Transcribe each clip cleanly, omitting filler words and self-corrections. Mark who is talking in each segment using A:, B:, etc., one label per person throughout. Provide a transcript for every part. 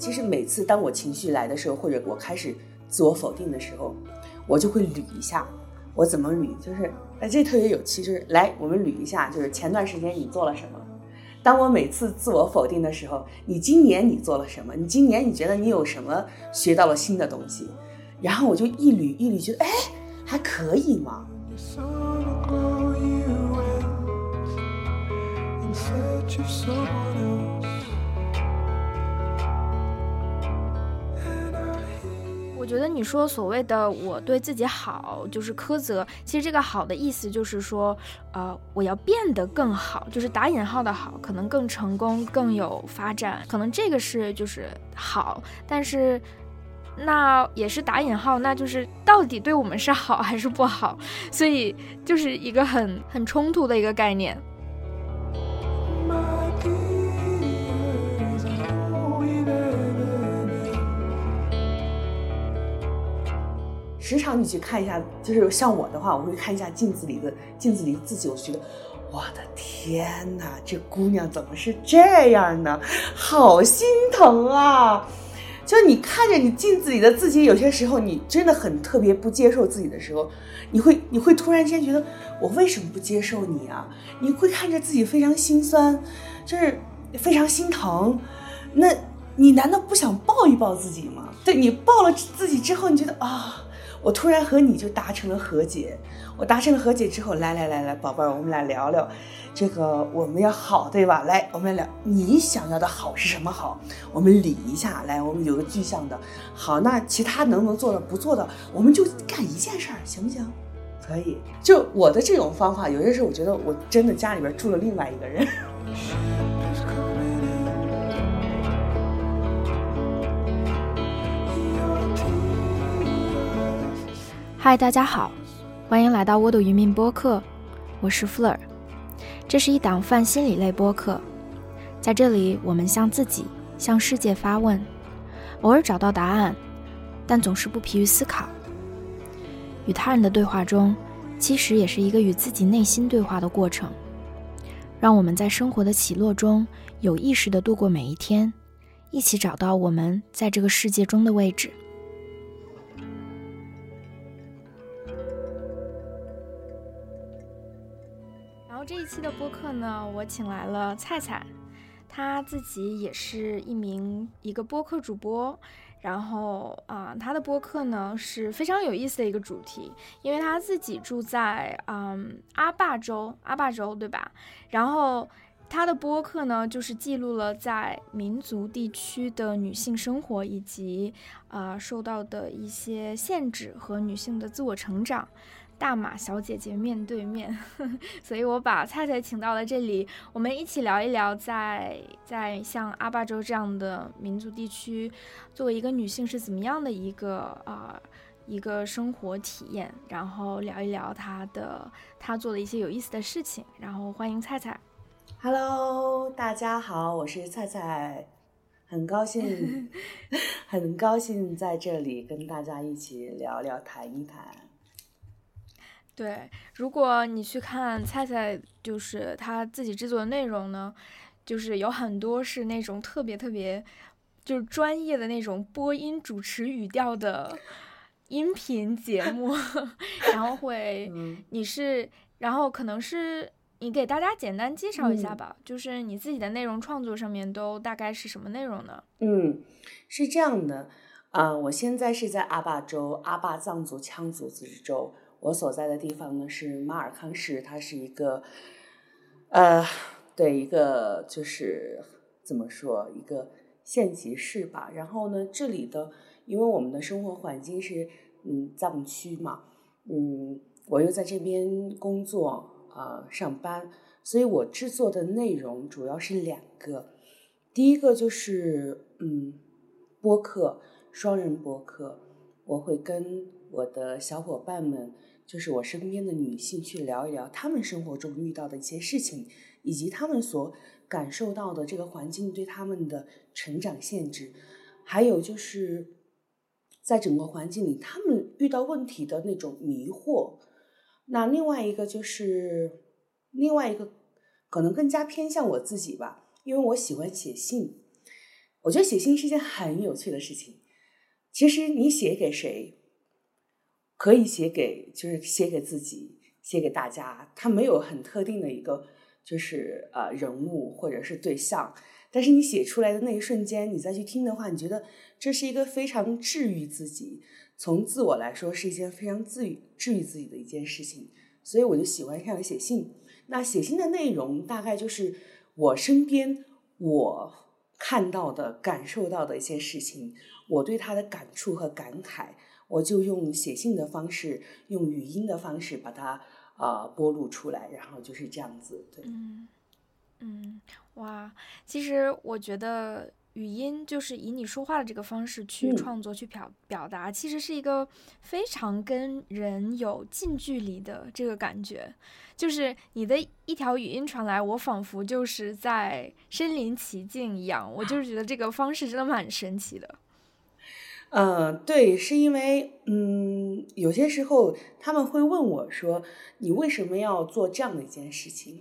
A: 其实每次当我情绪来的时候，或者我开始自我否定的时候，我就会捋一下。我怎么捋？就是这特别有趣，就是来我们捋一下，就是前段时间你做了什么。当我每次自我否定的时候，你今年你做了什么？你今年你觉得你有什么学到了新的东西？然后我就一捋一捋，觉得还可以嘛。
B: 我觉得你说所谓的我对自己好就是苛责，其实这个好的意思就是说我要变得更好，就是打引号的好，可能更成功更有发展，可能这个是就是好，但是那也是打引号，那就是到底对我们是好还是不好，所以就是一个很冲突的一个概念。
A: 时常你去看一下，就是像我的话，我会看一下镜子里自己，我觉得我的天哪，这姑娘怎么是这样呢？好心疼啊！就你看着你镜子里的自己，有些时候你真的很特别不接受自己的时候，你会突然间觉得我为什么不接受你啊？你会看着自己非常心酸，就是非常心疼。那你难道不想抱一抱自己吗？对，你抱了自己之后，你觉得我突然和你就达成了和解。我达成了和解之后，来，宝贝儿，我们俩聊聊这个，我们要好，对吧？来，我们来聊，你想要的好是什么好？我们理一下，来，我们有个具象的。好，那其他能不能做到？不做到，我们就干一件事儿，行不行？可以。就我的这种方法，有些时候我觉得我真的家里边住了另外一个人。
B: 嗨，大家好，欢迎来到我的渔民播客，我是 Fleur。 这是一档泛心理类播客，在这里我们向自己向世界发问，偶尔找到答案，但总是不疲于思考。与他人的对话中，其实也是一个与自己内心对话的过程，让我们在生活的起落中有意识地度过每一天，一起找到我们在这个世界中的位置。然后这一期的播客呢，我请来了菜菜，他自己也是一个播客主播，然后他的播客呢是非常有意思的一个主题，因为他自己住在阿坝州对吧？然后他的播客呢就是记录了在民族地区的女性生活以及受到的一些限制和女性的自我成长。大马小姐姐面对面所以我把菜菜请到了这里，我们一起聊一聊在像阿坝州这样的民族地区，作为一个女性是怎么样的一个生活体验，然后聊一聊她做的一些有意思的事情，然后欢迎菜菜。
A: Hello， 大家好，我是菜菜，很高兴在这里跟大家一起聊聊谈一谈。
B: 对，如果你去看菜菜就是他自己制作的内容呢，就是有很多是那种特别就是专业的那种播音主持语调的音频节目然后然后可能是你给大家简单介绍一下吧，就是你自己的内容创作上面都大概是什么内容呢？
A: 是这样的我现在是在阿坝州，阿坝藏族羌族自治州。我所在的地方呢是马尔康市，它是一个一个就是怎么说一个县级市吧。然后呢，这里的因为我们的生活环境是藏区嘛，我又在这边工作上班，所以我制作的内容主要是2个。第一个就是播客，双人播客，我会跟我的小伙伴们，就是我身边的女性去聊一聊她们生活中遇到的一些事情，以及她们所感受到的这个环境对她们的成长限制，还有就是在整个环境里她们遇到问题的那种迷惑。那另外一个可能更加偏向我自己吧，因为我喜欢写信， 我觉得写信是一件很有趣的事情。其实你写给谁，可以写给自己，写给大家，它没有很特定的一个就是人物或者是对象，但是你写出来的那一瞬间，你再去听的话，你觉得这是一个非常治愈自己，从自我来说是一件非常治愈自己的一件事情。所以我就喜欢上写信。那写信的内容大概就是我身边我看到的感受到的一些事情，我对它的感触和感慨，我就用写信的方式，用语音的方式把它播录出来，然后就是这样子。对，
B: 哇，其实我觉得语音就是以你说话的这个方式去创作、去表达，其实是一个非常跟人有近距离的这个感觉。就是你的一条语音传来，我仿佛就是在身临其境一样。我就是觉得这个方式真的蛮神奇的。
A: 对，是因为有些时候他们会问我说，你为什么要做这样的一件事情？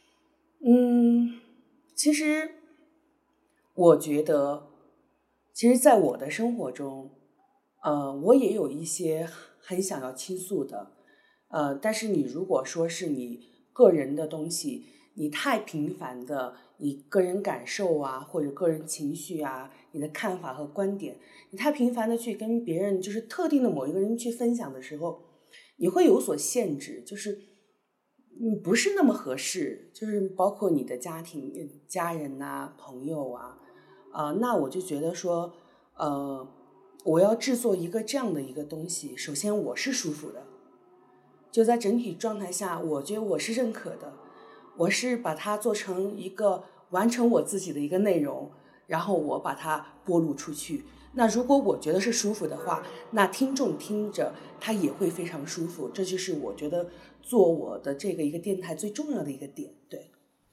A: 其实我觉得，其实在我的生活中，我也有一些很想要倾诉的，但是你如果说是你个人的东西，你太频繁的，你个人感受啊，或者个人情绪啊，你的看法和观点，你太频繁的去跟别人，就是特定的某一个人去分享的时候，你会有所限制，就是你不是那么合适，就是包括你的家庭、家人啊、朋友啊，那我就觉得说，我要制作一个这样的一个东西，首先我是舒服的，就在整体状态下，我觉得我是认可的，我是把它做成一个完成我自己的一个内容，然后我把它播录出去。那如果我觉得是舒服的话，那听众听着他也会非常舒服，这就是我觉得做我的这个一个电台最重要的一个点。对，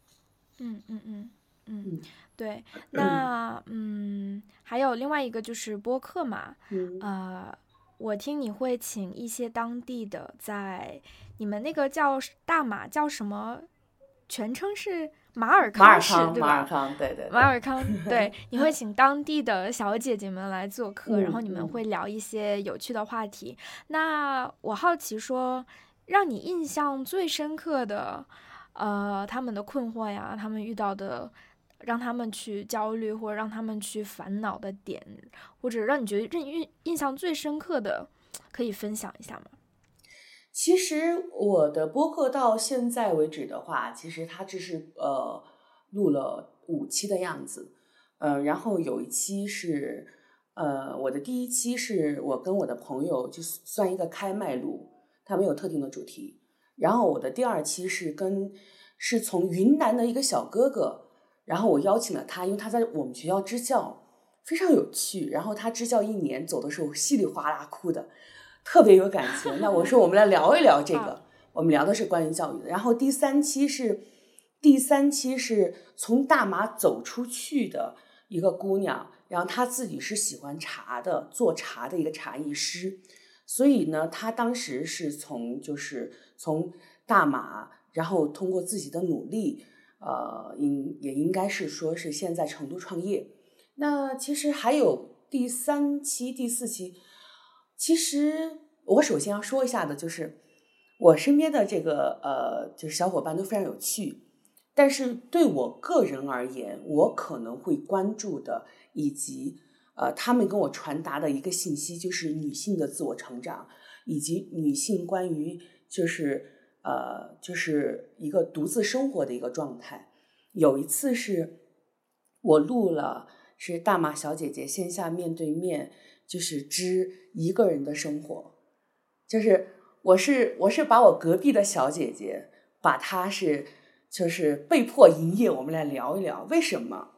B: 对。那还有另外一个就是播客嘛，我听你会请一些当地的，在你们那个叫大马叫什么？全称是马尔康市，对吧？
A: 马尔康，对对对，
B: 马尔康，对，你会请当地的小姐姐们来做客，然后你们会聊一些有趣的话题。那我好奇说，让你印象最深刻的，他们的困惑呀，他们遇到的，让他们去焦虑或者让他们去烦恼的点，或者让你觉得印象最深刻的，可以分享一下吗？
A: 其实我的播客到现在为止的话，其实它只是录了5期的样子，然后有一期是我的第1期是我跟我的朋友就算一个开麦录，它没有特定的主题，然后我的第2期是从云南的一个小哥哥，然后我邀请了他，因为他在我们学校支教，非常有趣，然后他支教1年走的时候稀里哗啦哭的。特别有感情，那我说我们来聊一聊这个，我们聊的是关于教育的。然后第三期是从大马走出去的一个姑娘，然后她自己是喜欢茶的，做茶的一个茶艺师，所以呢，她当时是从大马，然后通过自己的努力，也应该是说是现在成都创业。那其实还有第3期、第4期。其实我首先要说一下的就是我身边的这个就是小伙伴都非常有趣，但是对我个人而言，我可能会关注的以及他们跟我传达的一个信息就是女性的自我成长，以及女性关于就是一个独自生活的一个状态。有一次是我录了是大马小姐姐线下面对面，就是之一个人的生活，就是我是把我隔壁的小姐姐，把她就是被迫营业，我们来聊一聊为什么。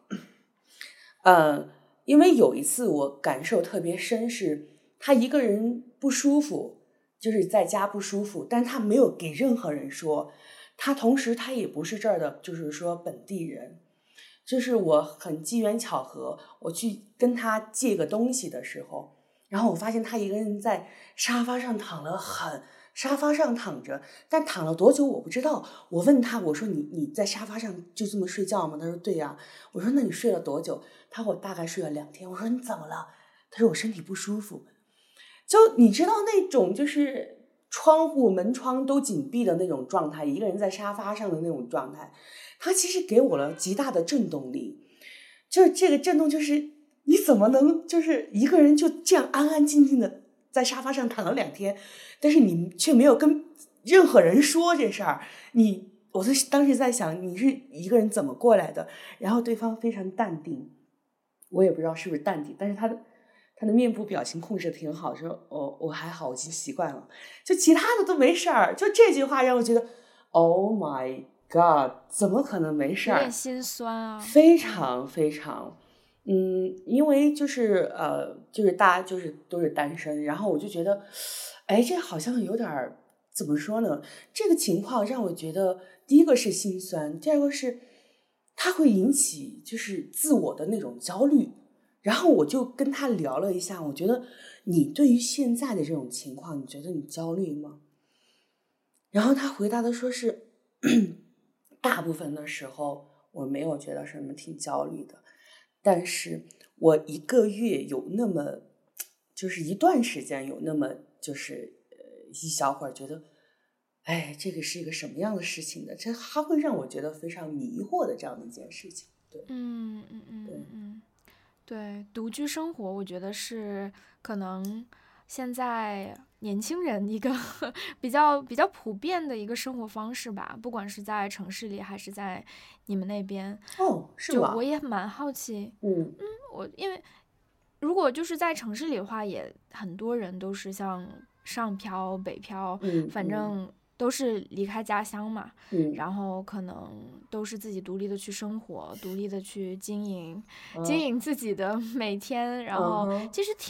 A: 因为有一次我感受特别深，是她一个人不舒服，就是在家不舒服，但她没有给任何人说，她同时她也不是这儿的，就是说本地人。就是我很机缘巧合，我去跟他借个东西的时候，然后我发现他一个人在沙发上躺了沙发上躺着，但躺了多久我不知道。我问他，我说你在沙发上就这么睡觉吗？他说对呀。我说那你睡了多久？他说我大概睡了2天。我说你怎么了？他说我身体不舒服。就你知道那种就是窗户门窗都紧闭的那种状态，一个人在沙发上的那种状态，他其实给我了极大的震动力。就是这个震动，就是你怎么能就是一个人就这样安安静静的在沙发上躺了2天，但是你却没有跟任何人说这事儿。我当时在想，你是一个人怎么过来的？然后对方非常淡定，我也不知道是不是淡定，但是他的面部表情控制的挺好，说我还好，我已经习惯了，就其他的都没事儿。就这句话让我觉得 Oh my God， 怎么可能没事儿？
B: 有点心酸啊。
A: 非常非常，因为就是大家就是都是单身，然后我就觉得，哎，这好像有点怎么说呢？这个情况让我觉得，第一个是心酸，第二个是它会引起就是自我的那种焦虑。然后我就跟他聊了一下，我觉得你对于现在的这种情况，你觉得你焦虑吗？然后他回答的说是大部分的时候我没有觉得什么挺焦虑的，但是我1个月有那么就是一段时间有那么就是一小会儿觉得，哎，这个是一个什么样的事情的？这它会让我觉得非常迷惑的这样的一件事情。对，
B: 对，独居生活，我觉得是可能现在年轻人一个比较普遍的一个生活方式吧，不管是在城市里还是在你们那边。
A: 是吗？
B: 就我也蛮好奇，因为如果就是在城市里的话，也很多人都是像上漂北漂，反正都是离开家乡嘛，然后可能都是自己独立的去生活，独立的去经营自己的每天，然后其实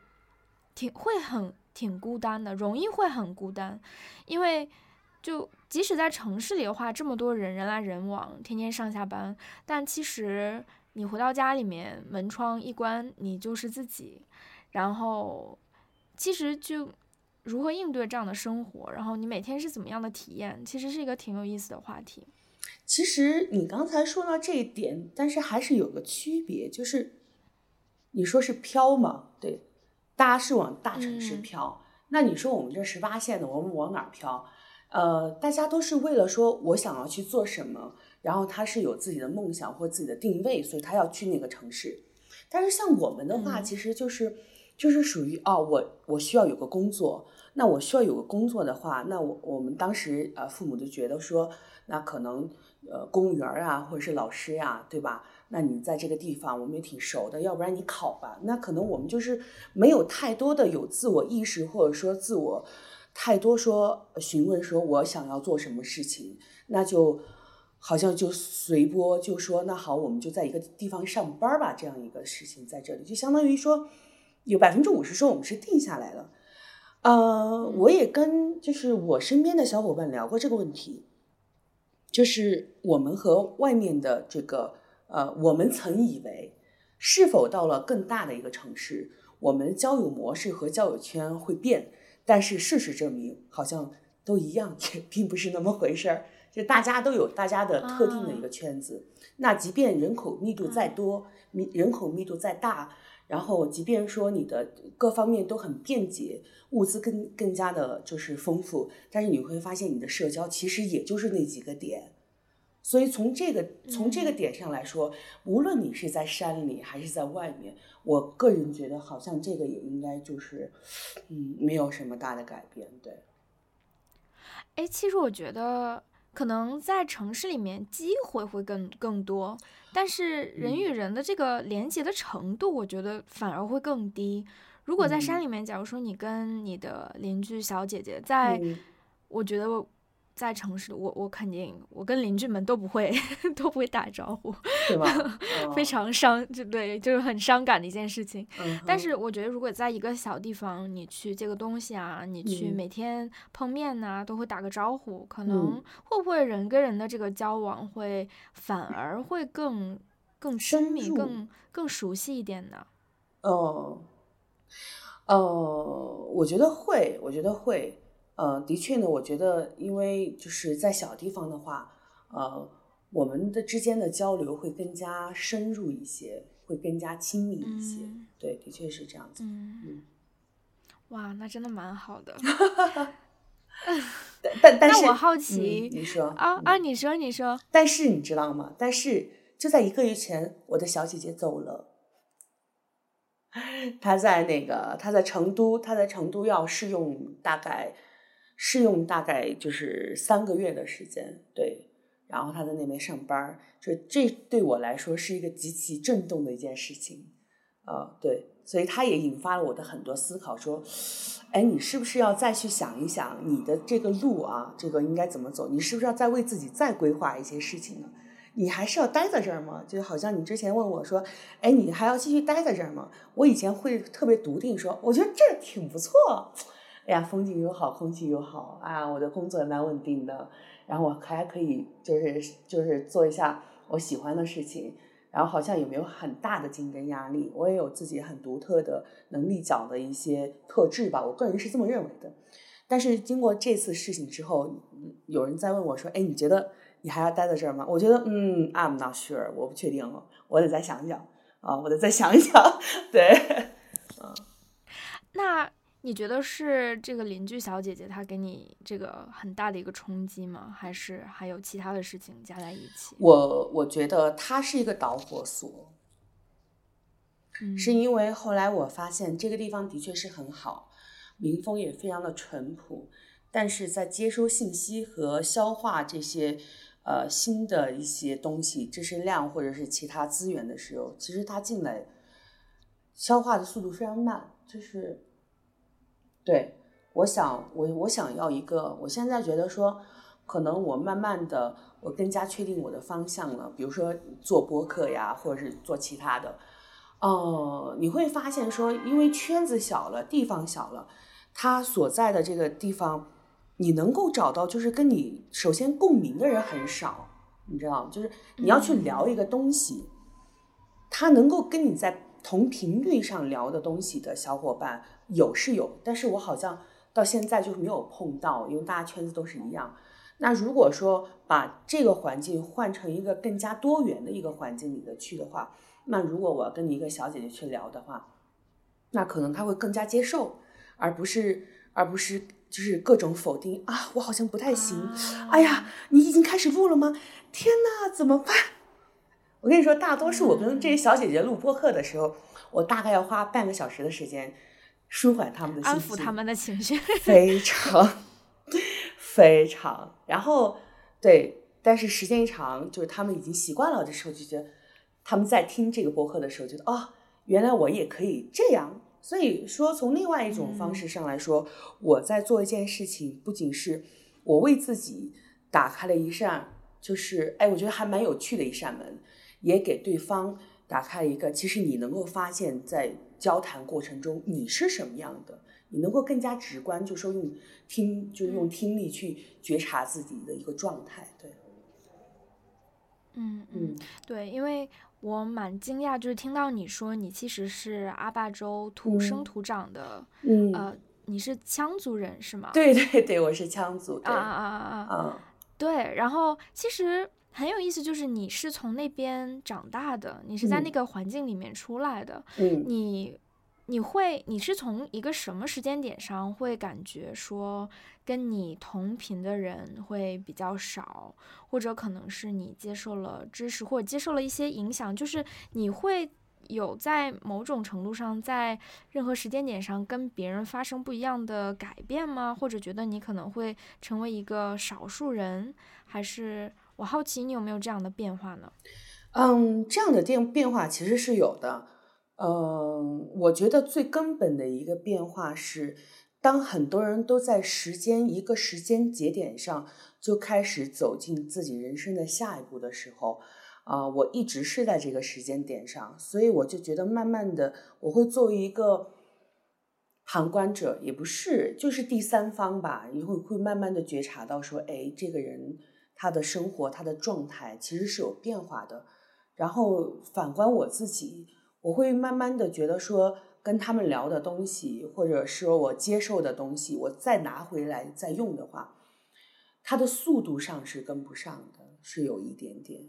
B: 挺孤单的，容易会很孤单，因为就即使在城市里的话，这么多人来人往，天天上下班，但其实你回到家里面，门窗一关，你就是自己，然后其实就如何应对这样的生活，然后你每天是怎么样的体验，其实是一个挺有意思的话题。
A: 其实你刚才说到这一点，但是还是有个区别，就是你说是漂嘛，对，大家是往大城市漂，那你说我们这18线的，我们往哪儿漂？大家都是为了说我想要去做什么，然后他是有自己的梦想或自己的定位，所以他要去那个城市。但是像我们的话，其实就是属于我需要有个工作。那我需要有个工作的话，那我们当时父母就觉得说，那可能公务员啊，或者是老师呀，对吧？那你在这个地方我们也挺熟的，要不然你考吧。那可能我们就是没有太多的有自我意识，或者说自我太多说询问说我想要做什么事情，那就好像就随波就说那好，我们就在一个地方上班吧，这样一个事情在这里，就相当于说有50%说我们是定下来了。我也跟就是我身边的小伙伴聊过这个问题，就是我们和外面的这个我们曾以为是否到了更大的一个城市，我们交友模式和交友圈会变，但是事实证明好像都一样，也并不是那么回事儿。就大家都有大家的特定的一个圈子，那即便人口密度再多，人口密度再大，然后即便说你的各方面都很便捷，物资更加的就是丰富，但是你会发现你的社交其实也就是那几个点。所以从这个点上来说，无论你是在山里还是在外面，我个人觉得好像这个也应该就是没有什么大的改变。对，
B: 其实我觉得可能在城市里面机会会更多，但是人与人的这个连接的程度，我觉得反而会更低。如果在山里面，假如说你跟你的邻居小姐姐我觉得在城市，我肯定我跟邻居们都不会打招呼，
A: 对吧？
B: 非常就是很伤感的一件事情。但是我觉得如果在一个小地方，你去借个东西啊，你去每天碰面呐，都会打个招呼，可能会不会人跟人的这个交往会反而会更亲密，更熟悉一点呢？
A: 我觉得会， 的确呢，我觉得因为就是在小地方的话，我们的之间的交流会更加深入一些，会更加亲密一些。对，的确是这样子。
B: 哇，那真的蛮好的。
A: 但是，
B: 那我好奇，
A: 你说
B: 你说。
A: 但是你知道吗？但是就在1个月前，我的小姐姐走了。她在成都要试用大概就是3个月的时间，对。然后她在那边上班，这对我来说是一个极其震动的一件事情。对，所以它也引发了我的很多思考，说，哎，你是不是要再去想一想你的这个路啊，这个应该怎么走？你是不是要再为自己再规划一些事情呢？你还是要待在这儿吗？就好像你之前问我说，哎，你还要继续待在这儿吗？我以前会特别笃定说，我觉得这儿挺不错，哎呀，风景又好，空气又好啊，我的工作也蛮稳定的，然后我还可以就是做一下我喜欢的事情。然后好像也没有很大的竞争压力，我也有自己很独特的能力角的一些特质吧，我个人是这么认为的。但是经过这次事情之后，有人在问我说，哎，你觉得你还要待在这儿吗？我觉得I'm not sure， 我不确定了，我得再想想啊，我得再想一想。对，
B: 那你觉得是这个邻居小姐姐她给你这个很大的一个冲击吗？还是还有其他的事情加在一起？
A: 我觉得它是一个导火索，是因为后来我发现这个地方的确是很好，民风也非常的淳朴，但是在接收信息和消化这些新的一些东西、知识量或者是其他资源的时候，其实它进来消化的速度非常慢，就是对，我想要一个，我现在觉得说，可能我慢慢的，我更加确定我的方向了，比如说做播客呀，或者是做其他的，你会发现说，因为圈子小了，地方小了，它所在的这个地方，你能够找到就是跟你首先共鸣的人很少，你知道吗？就是你要去聊一个东西，他能够跟你在同频率上聊的东西的小伙伴有是有，但是我好像到现在就没有碰到，因为大家圈子都是一样。那如果说把这个环境换成一个更加多元的一个环境里的去的话，那如果我要跟你一个小姐姐去聊的话，那可能她会更加接受，而不是就是各种否定啊，我好像不太行，哎呀，你已经开始录了吗？天哪，怎么办？我跟你说，大多数我跟这些小姐姐录播客的时候，我大概要花半个小时的时间舒缓他们的心情，
B: 安抚他们的情绪，
A: 非常非常。然后对，但是时间一长，就是他们已经习惯了的时候，就觉得他们在听这个播客的时候，觉得原来我也可以这样。所以说，从另外一种方式上来说，我在做一件事情，不仅是我为自己打开了一扇，就是我觉得还蛮有趣的一扇门。也给对方打开一个，其实你能够发现在交谈过程中你是什么样的，你能够更加直观，就说用听力去觉察自己的一个状态。对，
B: 对，因为我蛮惊讶，就是听到你说你其实是阿坝州土生土长的，你是羌族人是吗？
A: 对对对，我是羌族。对
B: 对，然后其实很有意思，就是你是从那边长大的，你是在那个环境里面出来的，你是从一个什么时间点上会感觉说跟你同频的人会比较少，或者可能是你接受了知识或者接受了一些影响，就是你会有在某种程度上在任何时间点上跟别人发生不一样的改变吗？或者觉得你可能会成为一个少数人，还是我好奇你有没有这样的变化呢？
A: 这样的变化其实是有的。我觉得最根本的一个变化是，当很多人都在一个时间节点上就开始走进自己人生的下一步的时候，我一直是在这个时间点上，所以我就觉得慢慢的我会作为一个旁观者，也不是，就是第三方吧，你会慢慢的觉察到说，这个人他的生活他的状态其实是有变化的。然后反观我自己，我会慢慢的觉得说， 跟他们聊的东西，或者说我接受的东西，我再拿回来再用的话，它的速度上是跟不上的，是有一点点。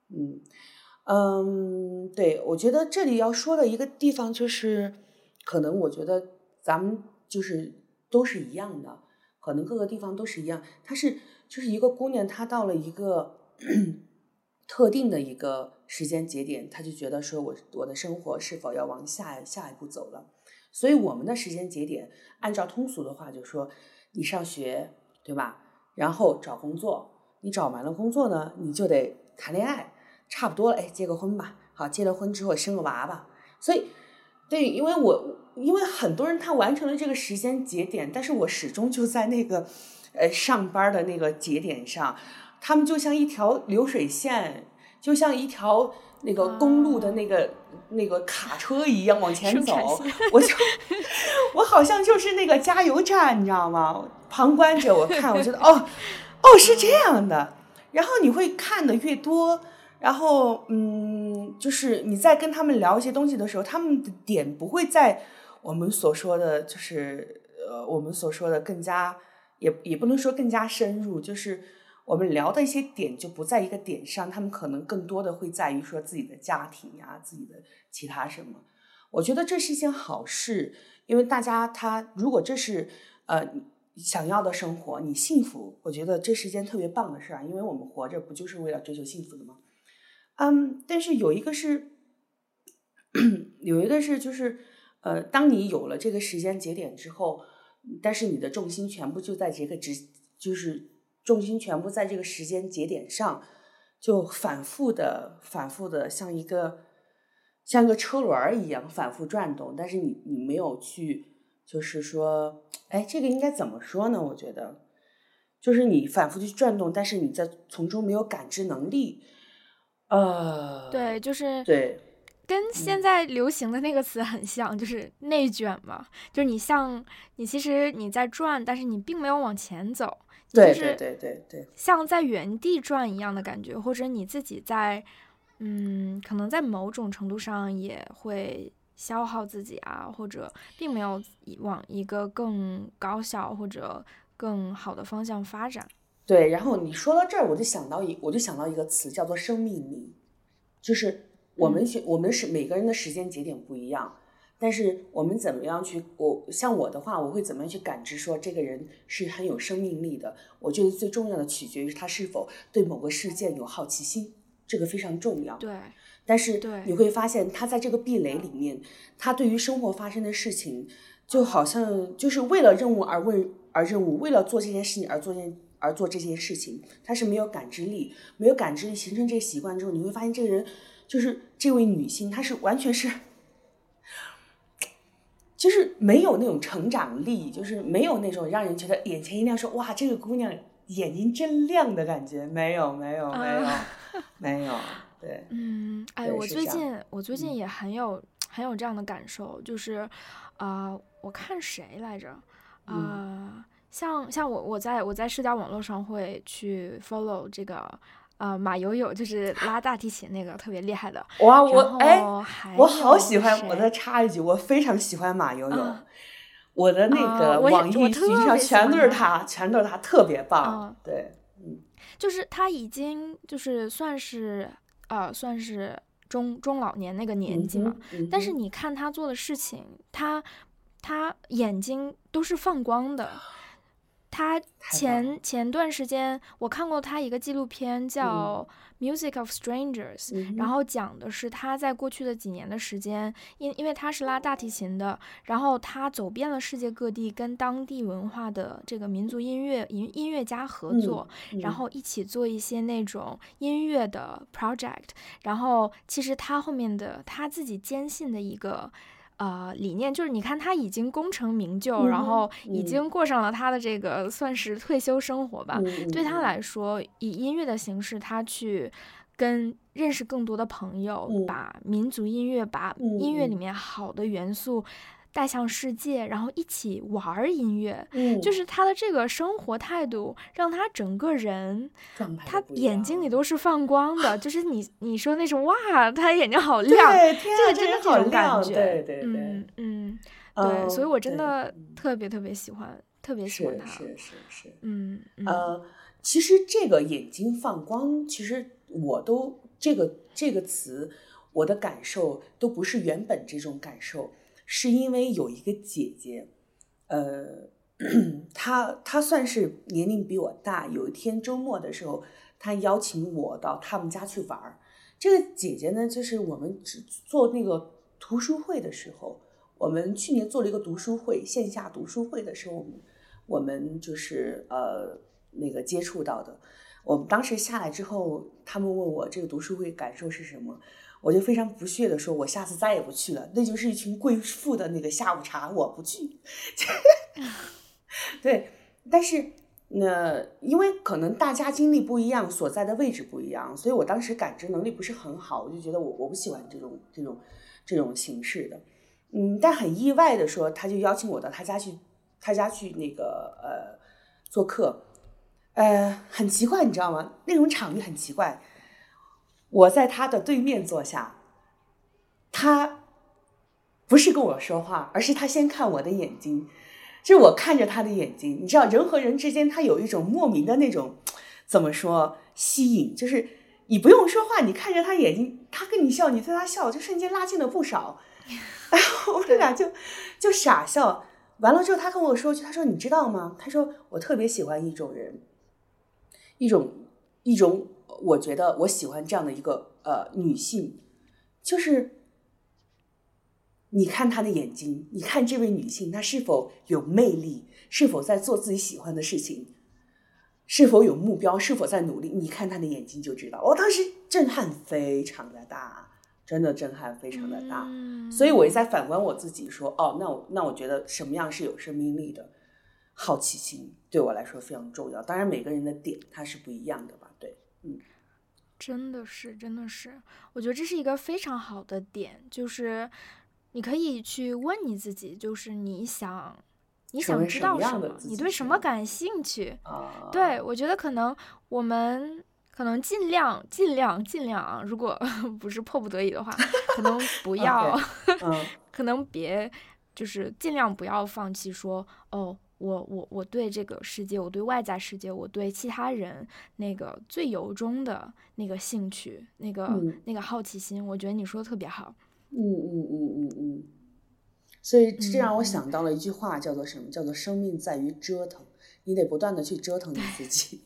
A: 对，我觉得这里要说的一个地方就是，可能我觉得咱们就是都是一样的，可能各个地方都是一样。就是一个姑娘，她到了一个特定的一个时间节点，她就觉得说我的生活是否要往下一步走了。所以我们的时间节点，按照通俗的话就说，你上学对吧，然后找工作，你找完了工作呢，你就得谈恋爱，差不多了，结个婚吧。好，结了婚之后生个娃吧。所以对，因为很多人他完成了这个时间节点，但是我始终就在那个上班的那个节点上，他们就像一条流水线，就像一条那个公路的那个卡车一样往前走。我好像就是那个加油站，你知道吗？旁观者我看，我觉得哦是这样的。然后你会看的越多，然后就是你在跟他们聊一些东西的时候，他们的点不会在我们所说的就是我们所说的更加也不能说更加深入，就是我们聊的一些点就不在一个点上，他们可能更多的会在于说自己的家庭呀，自己的其他什么。我觉得这是一件好事，因为大家如果这是想要的生活，你幸福，我觉得这是一件特别棒的事啊，因为我们活着不就是为了追求幸福的吗？但是有一个是就是当你有了这个时间节点之后，但是你的重心全部就在就是重心全部在这个时间节点上，就反复的像一个车轮一样反复转动，但是你没有去就是说这个应该怎么说呢，我觉得就是你反复去转动，但是你在从中没有感知能力。
B: 对，就是
A: 对，
B: 跟现在流行的那个词很像，就是内卷嘛。就是你其实你在转，但是你并没有往前走，
A: 对，
B: 像在原地转一样的感觉，或者你自己在可能在某种程度上也会消耗自己啊，或者并没有往一个更高效或者更好的方向发展。
A: 对，然后你说到这儿，我就想到一个词，叫做生命力。就是我们是每个人的时间节点不一样，但是我们怎么样去像我的话，我会怎么样去感知说这个人是很有生命力的。我觉得最重要的取决于他是否对某个事件有好奇心，这个非常重要。
B: 对，
A: 但是你会发现他在这个壁垒里面，他对于生活发生的事情就好像就是为了任务而任务，为了做这件事情而做这件事情，他是没有感知力形成这个习惯之后，你会发现这个人就是这位女性，她是完全是就是没有那种成长力，就是没有那种让人觉得眼前一亮说哇这个姑娘眼睛真亮的感觉，没有没有对。
B: 我最近也很有这样的感受，就是我看谁来着像我在社交网络上会去 follow 这个马友友，就是拉大提琴那个特别厉害的。
A: 哇，我好喜欢，我再插一句，我非常喜欢马友友。我的那个网易云上全都是他，特别棒。对，
B: 就是他已经就是算是中老年那个年纪嘛，但是你看他做的事情，他眼睛都是放光的。他前段时间我看过他一个纪录片叫Music of Strangers，然后讲的是他在过去的几年的时间，因为他是拉大提琴的，然后他走遍了世界各地，跟当地文化的这个民族音乐家合作，然后一起做一些那种音乐的 project， 然后其实他后面的他自己坚信的一个理念就是，你看他已经功成名就，然后已经过上了他的这个算是退休生活吧。对他来说，以音乐的形式，他去认识更多的朋友，把民族音乐，把音乐里面好的元素带向世界，然后一起玩音乐。就是他的这个生活态度，让他整个人，他眼睛里都是放光的。就是你说那种哇，他眼睛好亮，
A: 对，
B: 这个真的
A: 好
B: 感觉。
A: 对。
B: 对，所以我真的特别特别喜欢，特别喜欢它。
A: 是。
B: 其
A: 实这个眼睛放光，其实我都这个词，我的感受都不是原本这种感受，是因为有一个姐姐，她算是年龄比我大，有一天周末的时候，她邀请我到他们家去玩。这个姐姐呢，就是我们做那个读书会的时候，我们去年做了一个读书会，线下读书会的时候，我们就是那个接触到的。我们当时下来之后，他们问我这个读书会感受是什么，我就非常不屑的说，我下次再也不去了，那就是一群贵妇的那个下午茶，我不去。对，但是因为可能大家经历不一样，所在的位置不一样，所以我当时感知能力不是很好，我就觉得我不喜欢这种形式的。但很意外的说，他就邀请我到他家去那个做客。很奇怪，你知道吗？那种场域很奇怪。我在他的对面坐下，他不是跟我说话，而是他先看我的眼睛，就是我看着他的眼睛。你知道，人和人之间他有一种莫名的那种怎么说吸引，就是你不用说话，你看着他眼睛，他跟你笑，你对他笑，就瞬间拉近了不少。然后我们俩就傻笑。完了之后，他跟我说，他说你知道吗？他说我特别喜欢一种人。一种，我觉得我喜欢这样的一个女性，就是你看她的眼睛，你看这位女性她是否有魅力，是否在做自己喜欢的事情，是否有目标，是否在努力，你看她的眼睛就知道。我当时震撼非常的大，真的震撼非常的大。所以我也在反观我自己说，那我觉得什么样是有生命力的。好奇心对我来说非常重要，当然每个人的点它是不一样的吧，对，
B: 真的是，我觉得这是一个非常好的点，就是你可以去问你自己，就是你想知道什么，你对什么感兴趣。对，我觉得可能我们尽量啊，如果不是迫不得已的话，可能不要，可能别，就是尽量不要放弃说，我对这个世界，我对外在世界，我对其他人那个最由衷的那个兴趣，那个好奇心，我觉得你说的特别好。
A: 所以这让我想到了一句话，叫做什么？叫做生命在于折腾，你得不断的去折腾你自己。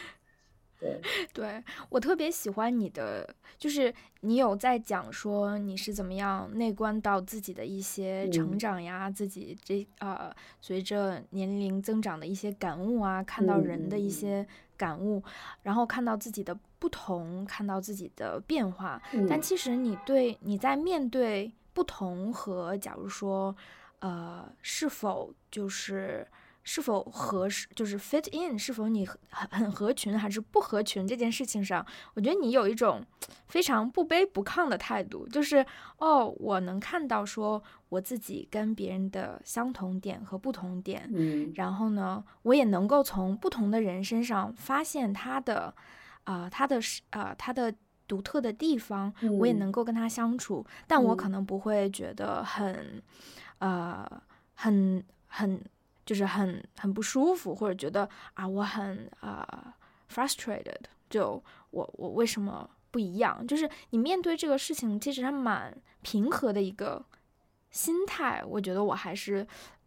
B: 对，我特别喜欢你的，就是你有在讲说你是怎么样内观到自己的一些成长呀，自己随着年龄增长的一些感悟啊，看到人的一些感悟，然后看到自己的不同，看到自己的变化。但其实你在面对不同和假如说是否合适，就是 fit in， 是否你很合群还是不合群这件事情上，我觉得你有一种非常不卑不亢的态度，就是我能看到说我自己跟别人的相同点和不同点，然后呢，我也能够从不同的人身上发现他的独特的地方，我也能够跟他相处，但我可能不会觉得就是很不舒服，或者觉得我很frustrated， 就我为什么不一样？就是你面对这个事情，其实还蛮平和的一个心态，我觉得我还是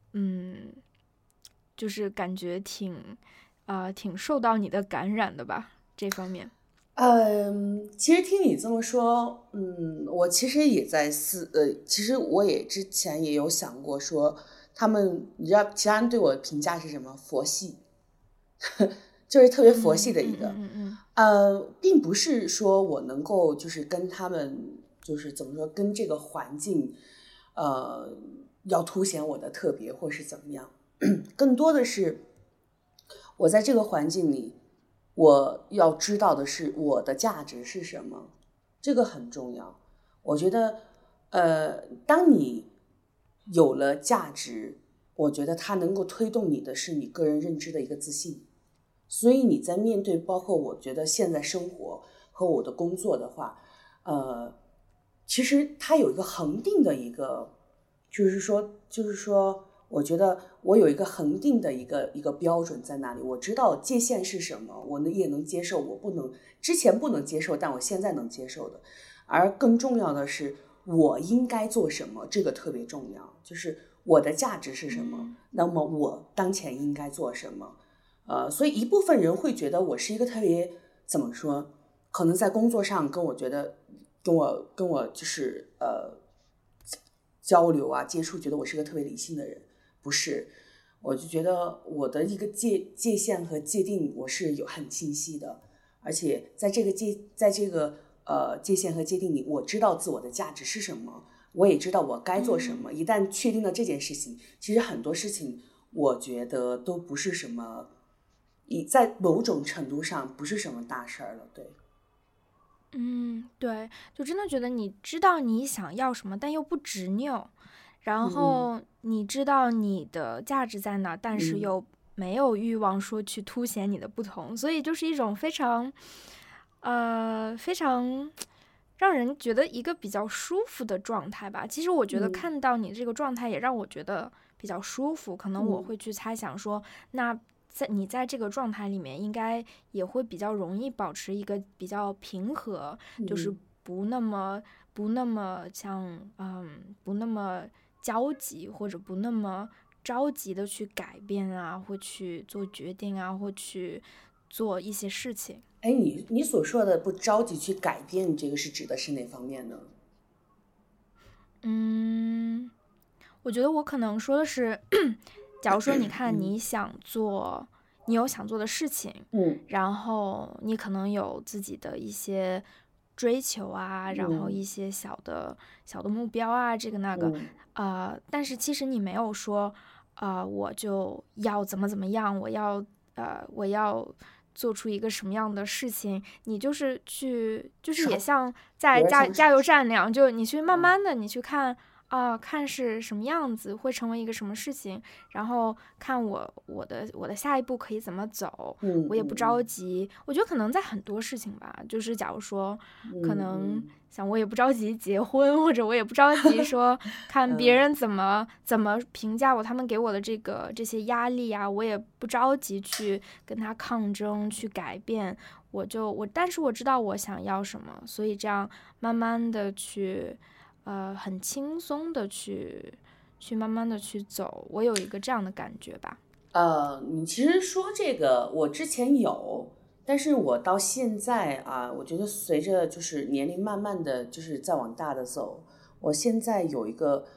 B: 就是感觉挺受到你的感染的吧，这方面。
A: 其实听你这么说，我其实也在其实我也之前也有想过说。他们，你知道其他人对我的评价是什么？佛系，就是特别佛系的一个，并不是说我能够就是跟他们就是怎么说，跟这个环境，要凸显我的特别或是怎么样，更多的是我在这个环境里，我要知道的是我的价值是什么，这个很重要。我觉得，当你有了价值，我觉得它能够推动你的是你个人认知的一个自信。所以你在面对包括我觉得现在生活和我的工作的话，其实它有一个恒定的一个就是说，我觉得我有一个恒定的一个标准在那里，我知道界限是什么，我也能接受，我之前不能接受，但我现在能接受的。而更重要的是，我应该做什么，这个特别重要，就是我的价值是什么，那么我当前应该做什么。所以一部分人会觉得我是一个特别怎么说，可能在工作上跟我就是交流啊接触，觉得我是个特别理性的人，不是，我就觉得我的一个界限和界定我是很清晰的，而且在这个界限和界定里，我知道自我的价值是什么，我也知道我该做什么。一旦确定了这件事情，其实很多事情我觉得都不是什么，在某种程度上不是什么大事儿了，对。
B: 对，就真的觉得你知道你想要什么，但又不执拗，然后你知道你的价值在哪，但是又没有欲望说去凸显你的不同，所以就是一种非常让人觉得一个比较舒服的状态吧。其实我觉得看到你这个状态也让我觉得比较舒服，可能我会去猜想说，那你在这个状态里面应该也会比较容易保持一个比较平和，就是不那么像不那么焦急，或者不那么着急的去改变啊，或去做决定啊，或去做一些事情。
A: 哎，你所说的不着急去改变，这个是指的是哪方面呢？
B: 我觉得我可能说的是假如说你看你有想做的事情，然后你可能有自己的一些追求啊，然后一些小的目标啊，这个那个，但是其实你没有说，我就要怎么样，我要做出一个什么样的事情，你就是也像在加油站那样，就你去慢慢的你去看。看是什么样子，会成为一个什么事情，然后看我的下一步可以怎么走，我也不着急。我觉得可能在很多事情吧，就是假如说，可能像我也不着急结婚，或者我也不着急说看别人怎么评价我，他们给我的这些压力啊，我也不着急去跟他抗争，去改变。但是我知道我想要什么，所以这样慢慢的去。很轻松的去慢慢的去走，我有一个这样的感觉吧。
A: 你其实说这个，我之前有，但是我到现在啊，我觉得随着就是年龄慢慢的就是在往大的走，我现在有一个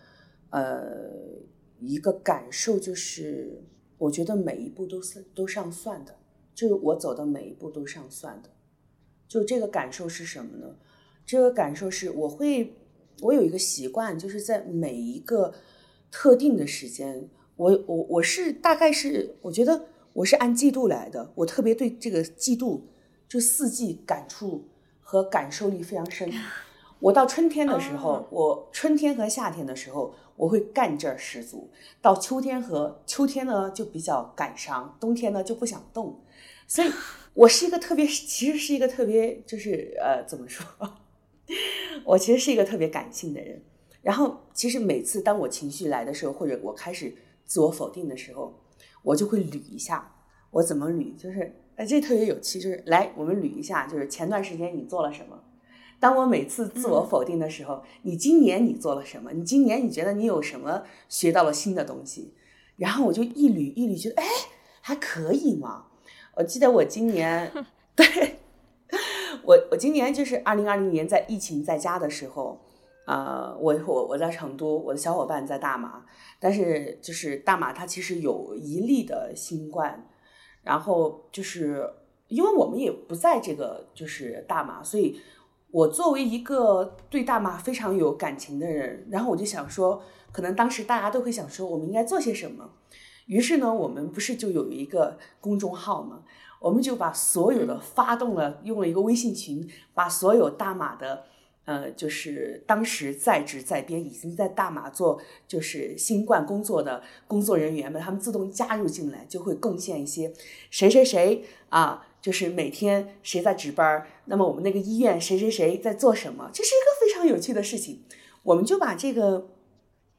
A: 感受，就是我觉得每一步都上算的，就是我走的每一步都上算的。就这个感受是什么呢？这个感受是我有一个习惯，就是在每一个特定的时间，我是大概是我觉得我是按季度来的，我特别对这个季度就四季感触和感受力非常深。我到春天的时候，我春天和夏天的时候我会干劲儿十足，到秋天呢就比较感伤，冬天呢就不想动，所以我是一个其实是一个特别就是怎么说？我其实是一个特别感性的人，然后其实每次当我情绪来的时候，或者我开始自我否定的时候，我就会捋一下。我怎么捋？就是这特别有趣，就是来我们捋一下，就是前段时间你做了什么。当我每次自我否定的时候，你今年你做了什么？你今年你觉得你有什么学到了新的东西？然后我就一捋，觉得还可以嘛。我记得我今年对。我今年就是2020年在疫情在家的时候，我在成都，我的小伙伴在大马，但是就是大马它其实有一例的新冠，然后就是因为我们也不在这个就是大马，所以我作为一个对大马非常有感情的人，然后我就想说，可能当时大家都会想说我们应该做些什么，于是呢，我们不是就有一个公众号吗？我们就把所有的用了一个微信群，把所有大马的就是当时在职在编已经在大马做就是新冠工作的工作人员们，他们自动加入进来，就会贡献一些谁啊，就是每天谁在值班，那么我们那个医院谁在做什么，这是一个非常有趣的事情。我们就把这个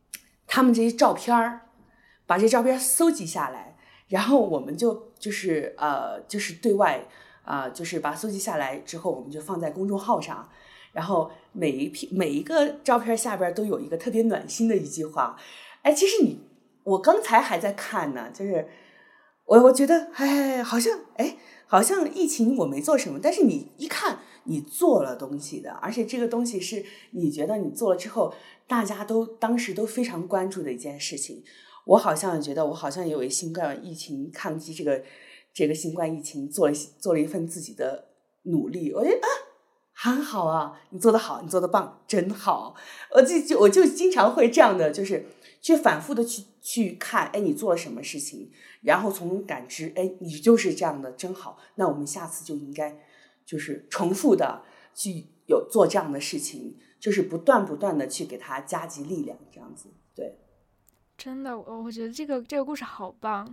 A: 他们这些照片儿，把这照片搜集下来，然后我们就是对外就是把它搜集下来之后，我们就放在公众号上，然后每一个照片下边都有一个特别暖心的一句话。哎，其实我刚才还在看呢，就是我觉得好像疫情我没做什么，但是你一看你做了东西的，而且这个东西是你觉得你做了之后大家当时都非常关注的一件事情。我好像觉得我好像也为新冠疫情抗击这个新冠疫情做了一份自己的努力。我觉得很好啊，你做得好，你做得棒，真好。我就经常会这样的，就是去反复的去看，哎，你做了什么事情，然后从中感知，哎，你就是这样的，真好。那我们下次就应该就是重复的去做这样的事情，就是不断的去给他加急力量，这样子。对，
B: 真的，我觉得这个故事好棒，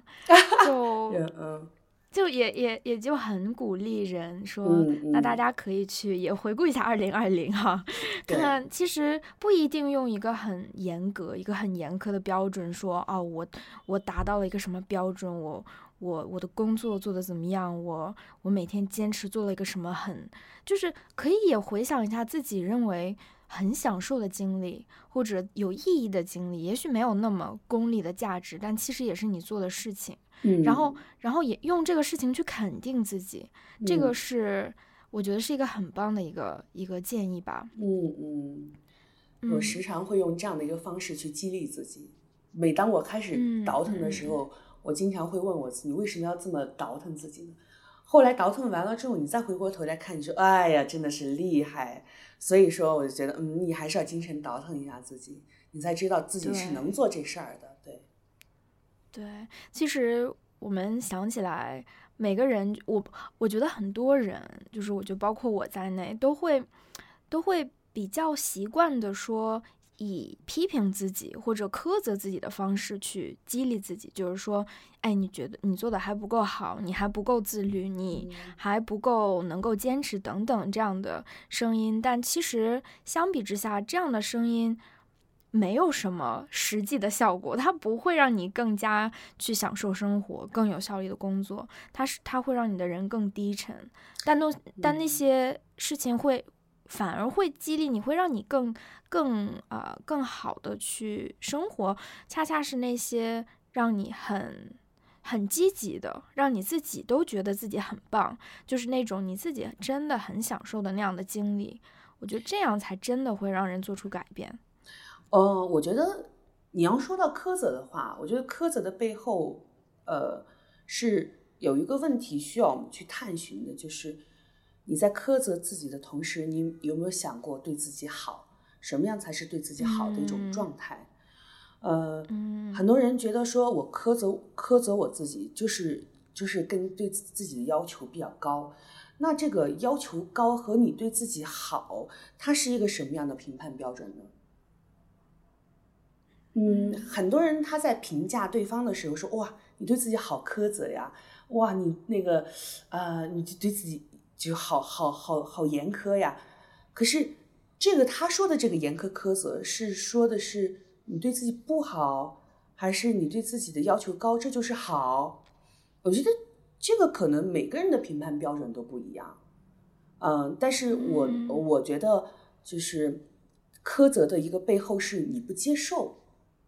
B: 就也就很鼓励人说，那大家可以去也回顾一下2020哈，看看其实不一定用一个很严苛的标准说，我达到了一个什么标准，我的工作做得怎么样，我每天坚持做了一个什么就是可以也回想一下自己认为很享受的经历，或者有意义的经历，也许没有那么功利的价值，但其实也是你做的事情。然后也用这个事情去肯定自己，这个是我觉得是一个很棒的一个建议吧。
A: 我时常会用这样的一个方式去激励自己。每当我开始倒腾的时候，我经常会问我自己，你为什么要这么倒腾自己呢？后来倒腾完了之后，你再回过头来看，你说哎呀，真的是厉害。所以说我就觉得你还是要精神倒腾一下自己，你才知道自己是能做这事儿的。
B: 对，其实我们想起来，每个人，我觉得很多人，就是我就包括我在内，都会比较习惯的说，以批评自己或者苛责自己的方式去激励自己，就是说，哎，你觉得你做的还不够好，你还不够自律，你还不够能够坚持等等这样的声音。但其实相比之下，这样的声音没有什么实际的效果，它不会让你更加去享受生活，更有效率的工作，它会让你的人更低沉。但那些事情反而会激励你，会让你更好的去生活。恰恰是那些让你很积极的，让你自己都觉得自己很棒，就是那种你自己真的很享受的那样的经历。我觉得这样才真的会让人做出改变。
A: 我觉得你要说到苛责的话，我觉得苛责的背后，是有一个问题需要我们去探寻的，就是你在苛责自己的同时，你有没有想过对自己好？什么样才是对自己好的一种状态？很多人觉得说我苛责我自己，就是跟对自己的要求比较高。那这个要求高和你对自己好，它是一个什么样的评判标准呢？很多人他在评价对方的时候说，哇，你对自己好苛责呀，哇，你那个你对自己就好严苛呀。可是这个他说的这个严苛苛责是说的是你对自己不好，还是你对自己的要求高，这就是好？我觉得这个可能每个人的评判标准都不一样。但是我觉得就是苛责的一个背后是你不接受。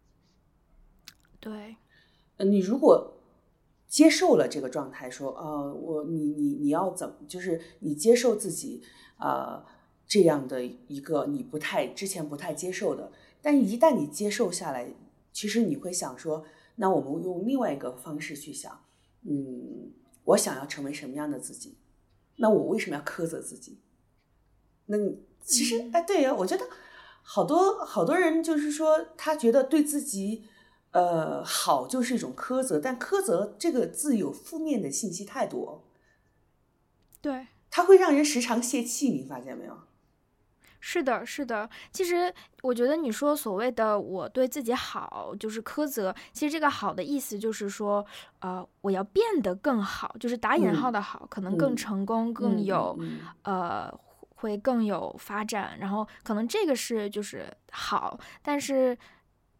B: 对，
A: 你如果接受了这个状态，说你要怎么，就是你接受自己这样的一个你之前不太接受的，但一旦你接受下来，其实你会想说，那我们用另外一个方式去想，我想要成为什么样的自己？那我为什么要苛责自己？那你其实对呀，我觉得好多人就是说，他觉得对自己好就是一种苛责，但苛责这个字有负面的信息太多，
B: 对，
A: 它会让人时常泄气，你发现没有？
B: 是的，是的。其实我觉得你说所谓的我对自己好，就是苛责。其实这个好的意思就是说，我要变得更好，就是打引号的好，可能更成功，更有，会更有发展。然后可能这个是就是好，但是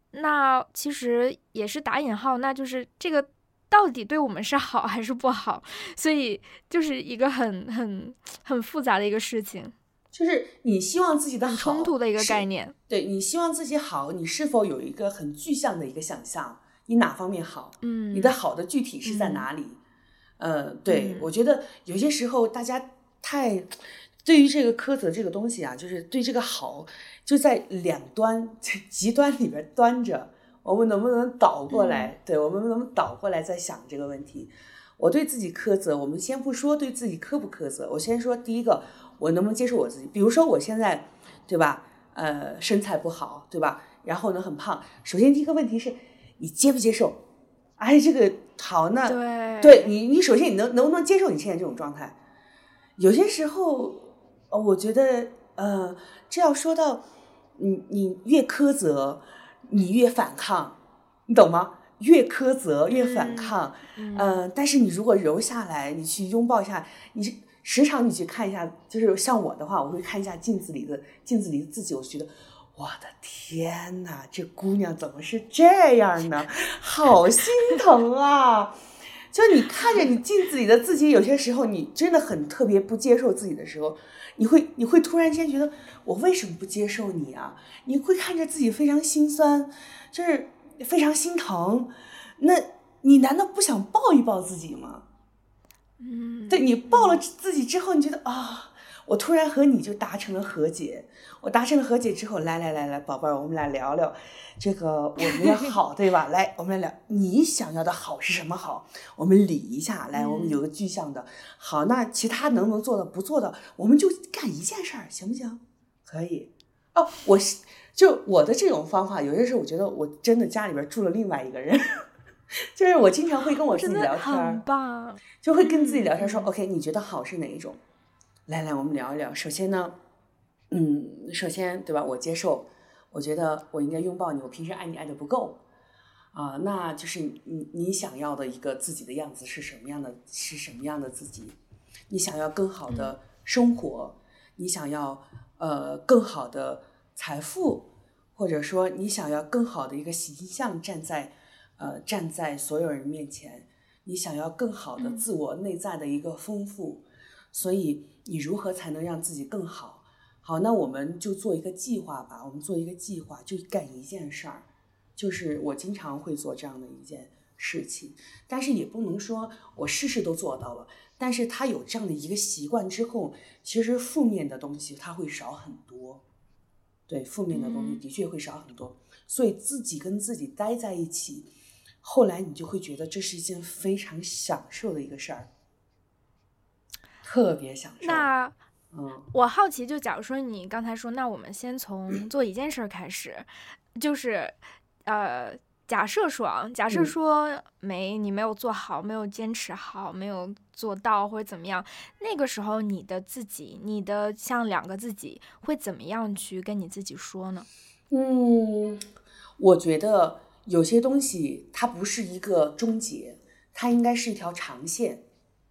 B: 那其实也是打引号，那就是这个到底对我们是好还是不好？所以就是一个很复杂的一个事情，
A: 就是你希望自己的好，
B: 很冲突的一个概念。
A: 对，你希望自己好，你是否有一个很具象的一个想象？你哪方面好？你的好的具体是在哪里？对，我觉得有些时候大家对于这个苛责这个东西啊，就是对这个好就在两端极端里边端着，我们能不能倒过来？对，我们能不能倒过来再想这个问题？我对自己苛责，我们先不说对自己苛不苛责，我先说第一个，我能不能接受我自己？比如说我现在，对吧？身材不好，对吧？然后呢很胖。首先第一个问题是你接不接受？哎，这个好呢？对你首先你能不能接受你现在这种状态？有些时候，我觉得，这要说到你越苛责，你越反抗，你懂吗？越苛责越反抗，但是你如果柔下来，你去拥抱一下，你时常你去看一下，就是像我的话，我会看一下镜子里的自己，我觉得我的天哪，这姑娘怎么是这样呢？好心疼啊！就你看着你镜子里的自己，有些时候你真的很特别不接受自己的时候，你会突然间觉得我为什么不接受你啊？你会看着自己非常心酸，就是非常心疼。那你难道不想抱一抱自己吗？对，你抱了自己之后，你觉得啊，我突然和你就达成了和解。我达成了和解之后，来，宝贝儿，我们俩聊聊这个我们的好，对吧？来，我们来聊你想要的好是什么好？我们理一下，来，我们有个具象的。好，那其他能不能做的不做的，我们就干一件事儿，行不行？可以。哦，我的这种方法，有些时候我觉得我真的家里边住了另外一个人。就是我经常会跟我自己聊天，
B: 很棒，
A: 就会跟自己聊天说，OK， 你觉得好是哪一种？来，我们聊一聊。首先呢，对吧？我接受，我觉得我应该拥抱你，我平时爱你爱的不够啊，那就是你想要的一个自己的样子是什么样的？是什么样的自己？你想要更好的生活，你想要更好的财富，或者说你想要更好的一个形象站在所有人面前，你想要更好的自我内在的一个丰富，所以你如何才能让自己更好？好，那我们就做一个计划吧，我们做一个计划，就干一件事儿，就是我经常会做这样的一件事情，但是也不能说我事事都做到了，但是他有这样的一个习惯之后，其实负面的东西它会少很多，对，负面的东西的确会少很多，所以自己跟自己待在一起，后来你就会觉得这是一件非常享受的一个事儿，特别享受。
B: 那我好奇，就假如说你刚才说，那我们先从做一件事开始，就是假设说你没有做好，没有坚持好，没有做到或者怎么样，那个时候你的自己，你的像两个自己会怎么样去跟你自己说呢？
A: 我觉得有些东西它不是一个终结，它应该是一条长线。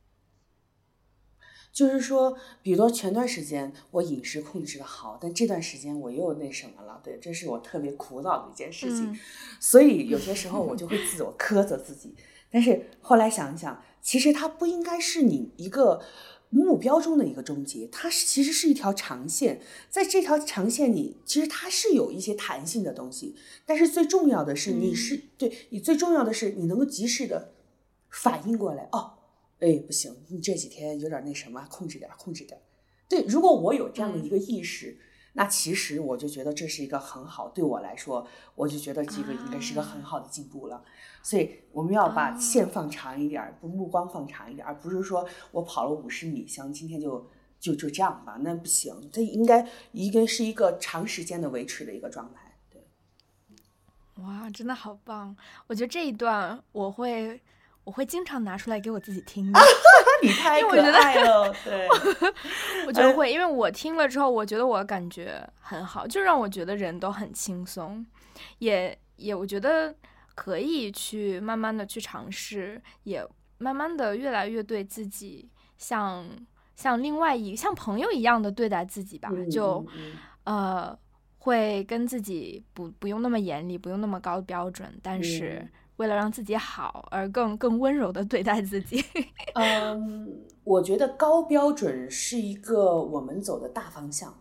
A: 就是说，比如说前段时间我饮食控制的好，但这段时间我又那什么了，对，这是我特别苦恼的一件事情，所以有些时候我就会自我苛责自己。但是后来想一想，其实它不应该是你一个目标中的一个终结，它其实是一条长线，在这条长线里，其实它是有一些弹性的东西，但是最重要的是你最重要的是你能够及时的反应过来，不行，你这几天有点那什么，控制点。对，如果我有这样的一个意识，那其实我就觉得这是一个很好，对我来说，我就觉得这个应该是个很好的进步了。所以我们要把线放长一点，目光放长一点，而不是说我跑了50米，行，今天就这样吧，那不行，这应该是一个长时间的维持的一个状态。对，
B: 哇，真的好棒！我觉得这一段我会经常拿出来给我自己听的。
A: 你太可爱了，对，
B: 我觉得会，因为我听了之后，我觉得我感觉很好，就让我觉得人都很轻松，也我觉得可以去慢慢的去尝试，也慢慢的越来越对自己像朋友一样的对待自己吧， 会跟自己不用那么严厉，不用那么高标准，但是为了让自己好而更温柔的对待自己。
A: 我觉得高标准是一个我们走的大方向，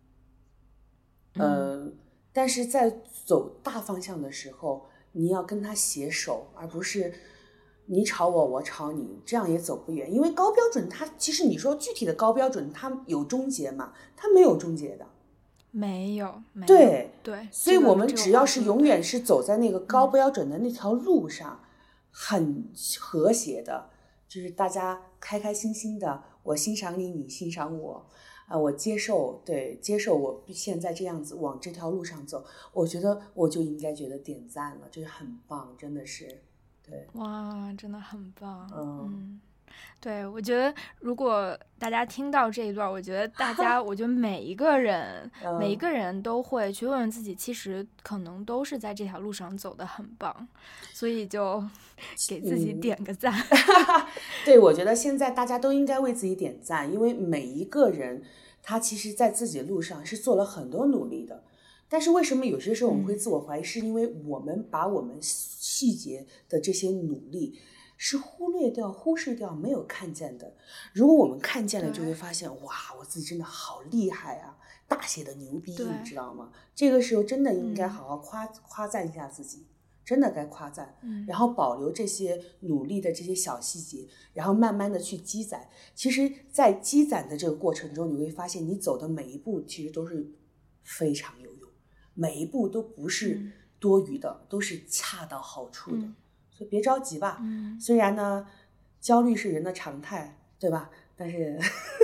A: 但是在走大方向的时候，你要跟他携手，而不是你吵我，我吵你，这样也走不远。因为高标准它其实你说具体的高标准它有终结吗？它没有终结的。
B: 没有，
A: 对，所以
B: 这个
A: 我们只要是永远是走在那个高标准的那条路上，很和谐的，就是大家开开心心的，我欣赏你，你欣赏我，我接受我现在这样子往这条路上走，我觉得我就应该觉得点赞了，这是很棒，真的是，对，
B: 哇，真的很棒，对，我觉得如果大家听到这一段，我觉得每一个人都会去问问自己，其实可能都是在这条路上走得很棒，所以就给自己点个赞。
A: 对，我觉得现在大家都应该为自己点赞，因为每一个人他其实在自己的路上是做了很多努力的，但是为什么有些时候我们会自我怀疑，是因为我们把我们细节的这些努力是忽视掉没有看见的。如果我们看见了，就会发现哇，我自己真的好厉害啊，大写的牛逼，你知道吗？这个时候真的应该好好夸赞一下自己，真的该夸赞，然后保留这些努力的这些小细节，然后慢慢的去积攒。其实在积攒的这个过程中，你会发现你走的每一步其实都是非常有用，每一步都不是多余的，都是恰到好处的。所以别着急吧，虽然呢焦虑是人的常态，对吧？但是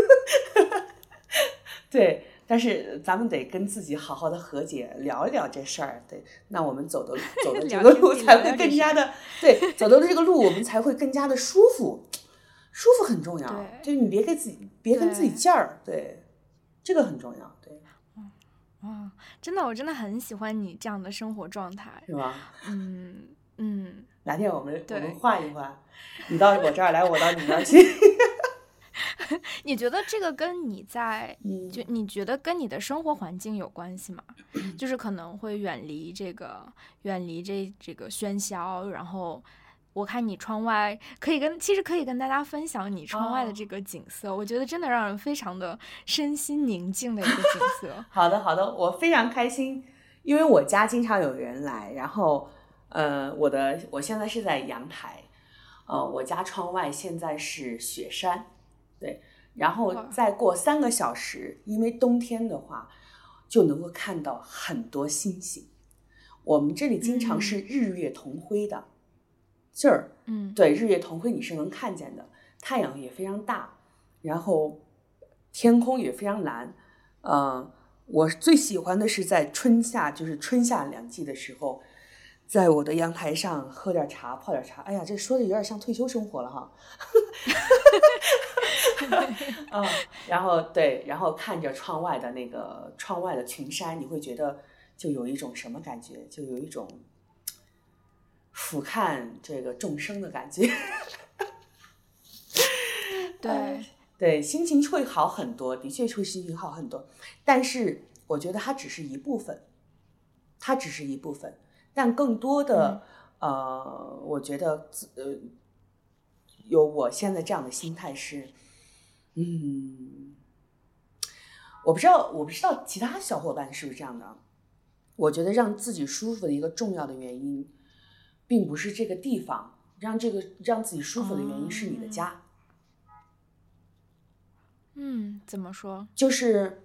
A: 对，但是咱们得跟自己好好的和解，聊一聊这事儿。对，那我们走的这个路才会更加的对，走的这个路我们才会更加的舒服，舒服很重要。就是你别跟自己较儿，对，这个很重要。对，
B: 真的，我真的很喜欢你这样的生活状态，
A: 是吧？哪天我们换一换，你到我这儿来，我到你那儿去。
B: 你觉得这个跟你你觉得跟你的生活环境有关系吗？就是可能会远离这个喧嚣，然后我看你窗外其实可以跟大家分享你窗外的这个景色，我觉得真的让人非常的身心宁静的一个景色。
A: 好的，我非常开心，因为我家经常有人来，然后我现在是在阳台，我家窗外现在是雪山，对，然后再过3个小时，因为冬天的话就能够看到很多星星。我们这里经常是日月同辉的，这儿，对，日月同辉你是能看见的，太阳也非常大，然后天空也非常蓝，我最喜欢的是在春夏2季的时候，在我的阳台上喝点茶，泡点茶。哎呀，这说的有点像退休生活了哈。然后对，然后看着窗外的群山，你会觉得就有一种什么感觉？就有一种俯瞰这个众生的感觉。对，心情会好很多，的确会心情好很多。但是我觉得它只是一部分，但更多的我觉得有我现在这样的心态是，我不知道其他小伙伴是不是这样的。我觉得让自己舒服的一个重要的原因，并不是这个地方，让自己舒服的原因是你的家。
B: 怎么说？
A: 就是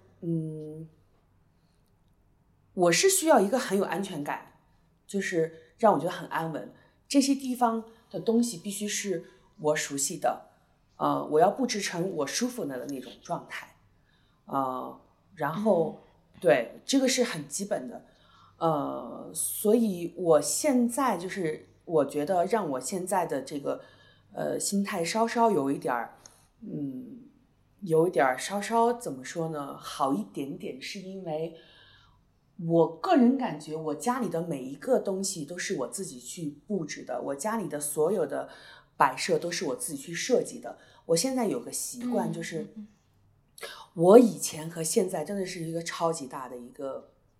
A: 我是需要一个很有安全感，就是让我觉得很安稳。这些地方的东西必须是我熟悉的，我要布置成我舒服的那种状态，然后对，这个是很基本的，所以我现在就是我觉得让我现在的这个心态稍稍有一点稍稍怎么说呢，好一点点，是因为我个人感觉我家里的每一个东西都是我自己去布置的，我家里的所有的摆设都是我自己去设计的。我现在有个习惯，就是我以前和现在真的是一个超级大的一个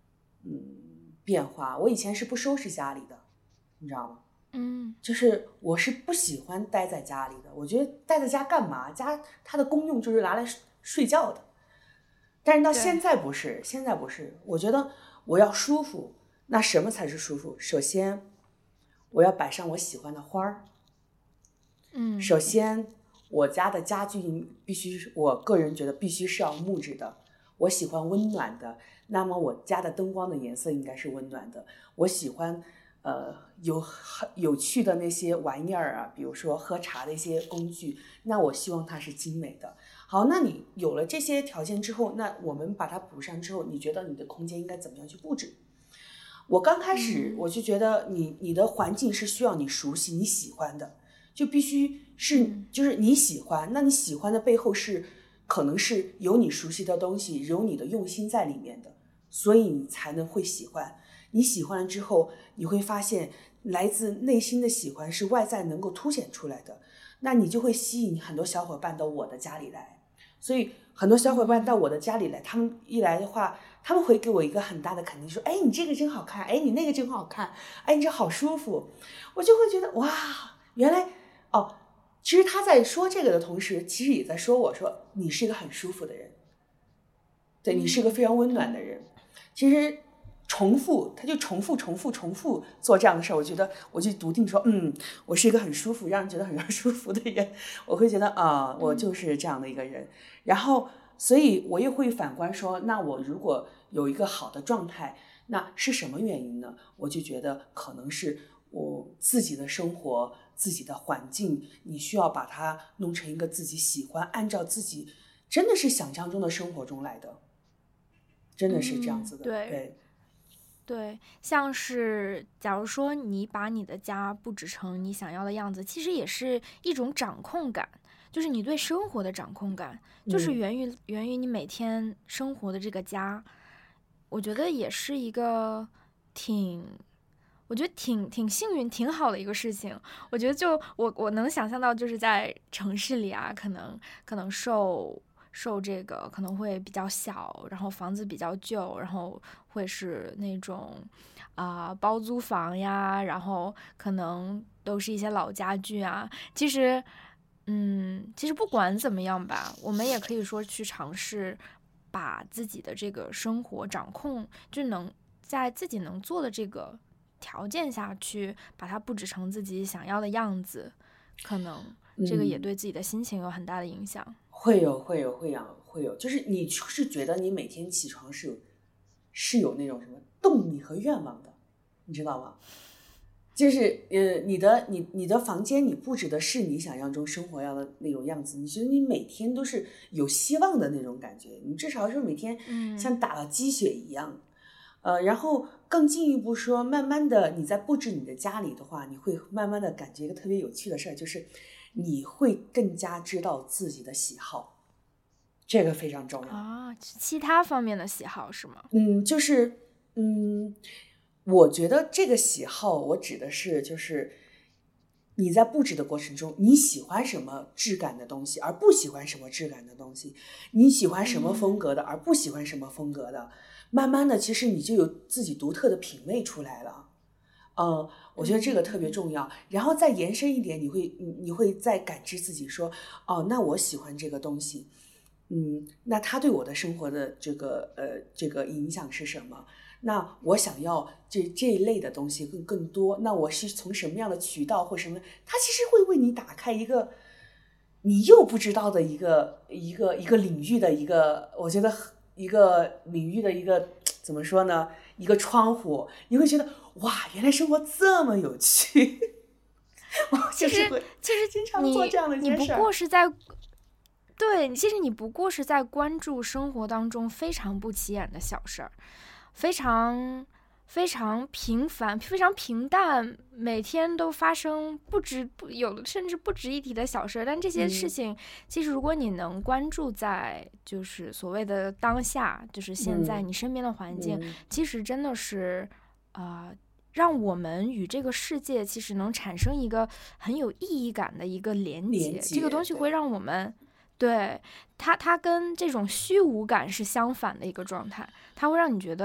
A: 变化。我以前是不收拾家里的，你知道吗？就是我是不喜欢待在家里的，我觉得待在家干嘛？家它的功用就是拿来睡觉的。但是到现在不是，我觉得我要舒服。那什么才是舒服？首先，我要摆上我喜欢的花儿。首先，我家的家具必须，我个人觉得必须是要木质的。我喜欢温暖的，那么我家的灯光的颜色应该是温暖的。我喜欢有趣的那些玩意儿啊，比如说喝茶的一些工具，那我希望它是精美的。好，那你有了这些条件之后，那我们把它补上之后，你觉得你的空间应该怎么样去布置？我刚开始我就觉得你的环境是需要你熟悉、你喜欢的，就必须是就是你喜欢，那你喜欢的背后是可能是有你熟悉的东西，有你的用心在里面的，所以你才能会喜欢。你喜欢了之后，你会发现来自内心的喜欢是外在能够凸显出来的，那你就会吸引很多小伙伴到我的家里来。所以很多小伙伴到我的家里来，他们一来的话，他们会给我一个很大的肯定，说哎你这个真好看，哎你那个真好看，哎你这好舒服。我就会觉得哇，原来其实他在说这个的同时，其实也在说我说你是一个很舒服的人，对，你是一个非常温暖的人。其实他就重复做这样的事儿，我觉得我就笃定说我是一个很舒服，让人觉得很舒服的人。我会觉得我就是这样的一个人。然后所以我又会反观说，那我如果有一个好的状态，那是什么原因呢？我就觉得可能是我自己的生活，自己的环境，你需要把它弄成一个自己喜欢，按照自己真的是想象中的生活中来的，真的是这样子的。
B: 对，像是假如说你把你的家布置成你想要的样子，其实也是一种掌控感，就是你对生活的掌控感，就是源于你每天生活的这个家。我觉得也是一个挺幸运、挺好的一个事情。我觉得就我能想象到，就是在城市里啊，可能受这个可能会比较小，然后房子比较旧，然后会是那种包租房呀，然后可能都是一些老家具啊。其实不管怎么样吧，我们也可以说去尝试把自己的这个生活掌控，就能在自己能做的这个条件下去把它布置成自己想要的样子，可能这个也对自己的心情有很大的影响。
A: 会有，就是你是觉得你每天起床是有那种什么动力和愿望的，你知道吗？就是你的房间你布置的是你想象中生活要的那种样子，你觉得你每天都是有希望的那种感觉，你至少是每天像打了鸡血一样。然后更进一步说，慢慢的你在布置你的家里的话，你会慢慢的感觉一个特别有趣的事儿，就是你会更加知道自己的喜好，这个非常重要
B: 啊。其他方面的喜好是吗？
A: 就是我觉得这个喜好我指的是就是你在布置的过程中，你喜欢什么质感的东西，而不喜欢什么质感的东西，你喜欢什么风格的，而不喜欢什么风格的，慢慢的其实你就有自己独特的品味出来了。我觉得这个特别重要。然后再延伸一点，你会再感知自己说，那我喜欢这个东西，那它对我的生活的这个影响是什么？那我想要这一类的东西更多，那我是从什么样的渠道或什么？它其实会为你打开一个你又不知道的一个领域的一个，我觉得一个领域的一个怎么说呢？一个窗户，你会觉得哇，原来生活这么有趣。我就是会
B: 其实
A: 经常做这样的一件事。
B: 你不过是在对，其实你不过是在关注生活当中非常不起眼的小事儿，非常非常平凡、非常平淡，每天都发生有的甚至不值一提的小事。但这些事情，其实如果你能关注在就是所谓的当下，就是现在你身边的环境，其实真的是让我们与这个世界其实能产生一个很有意义感的一个连接。这个东西会让我们它跟这种虚无感是相反的一个状态，它会让你觉得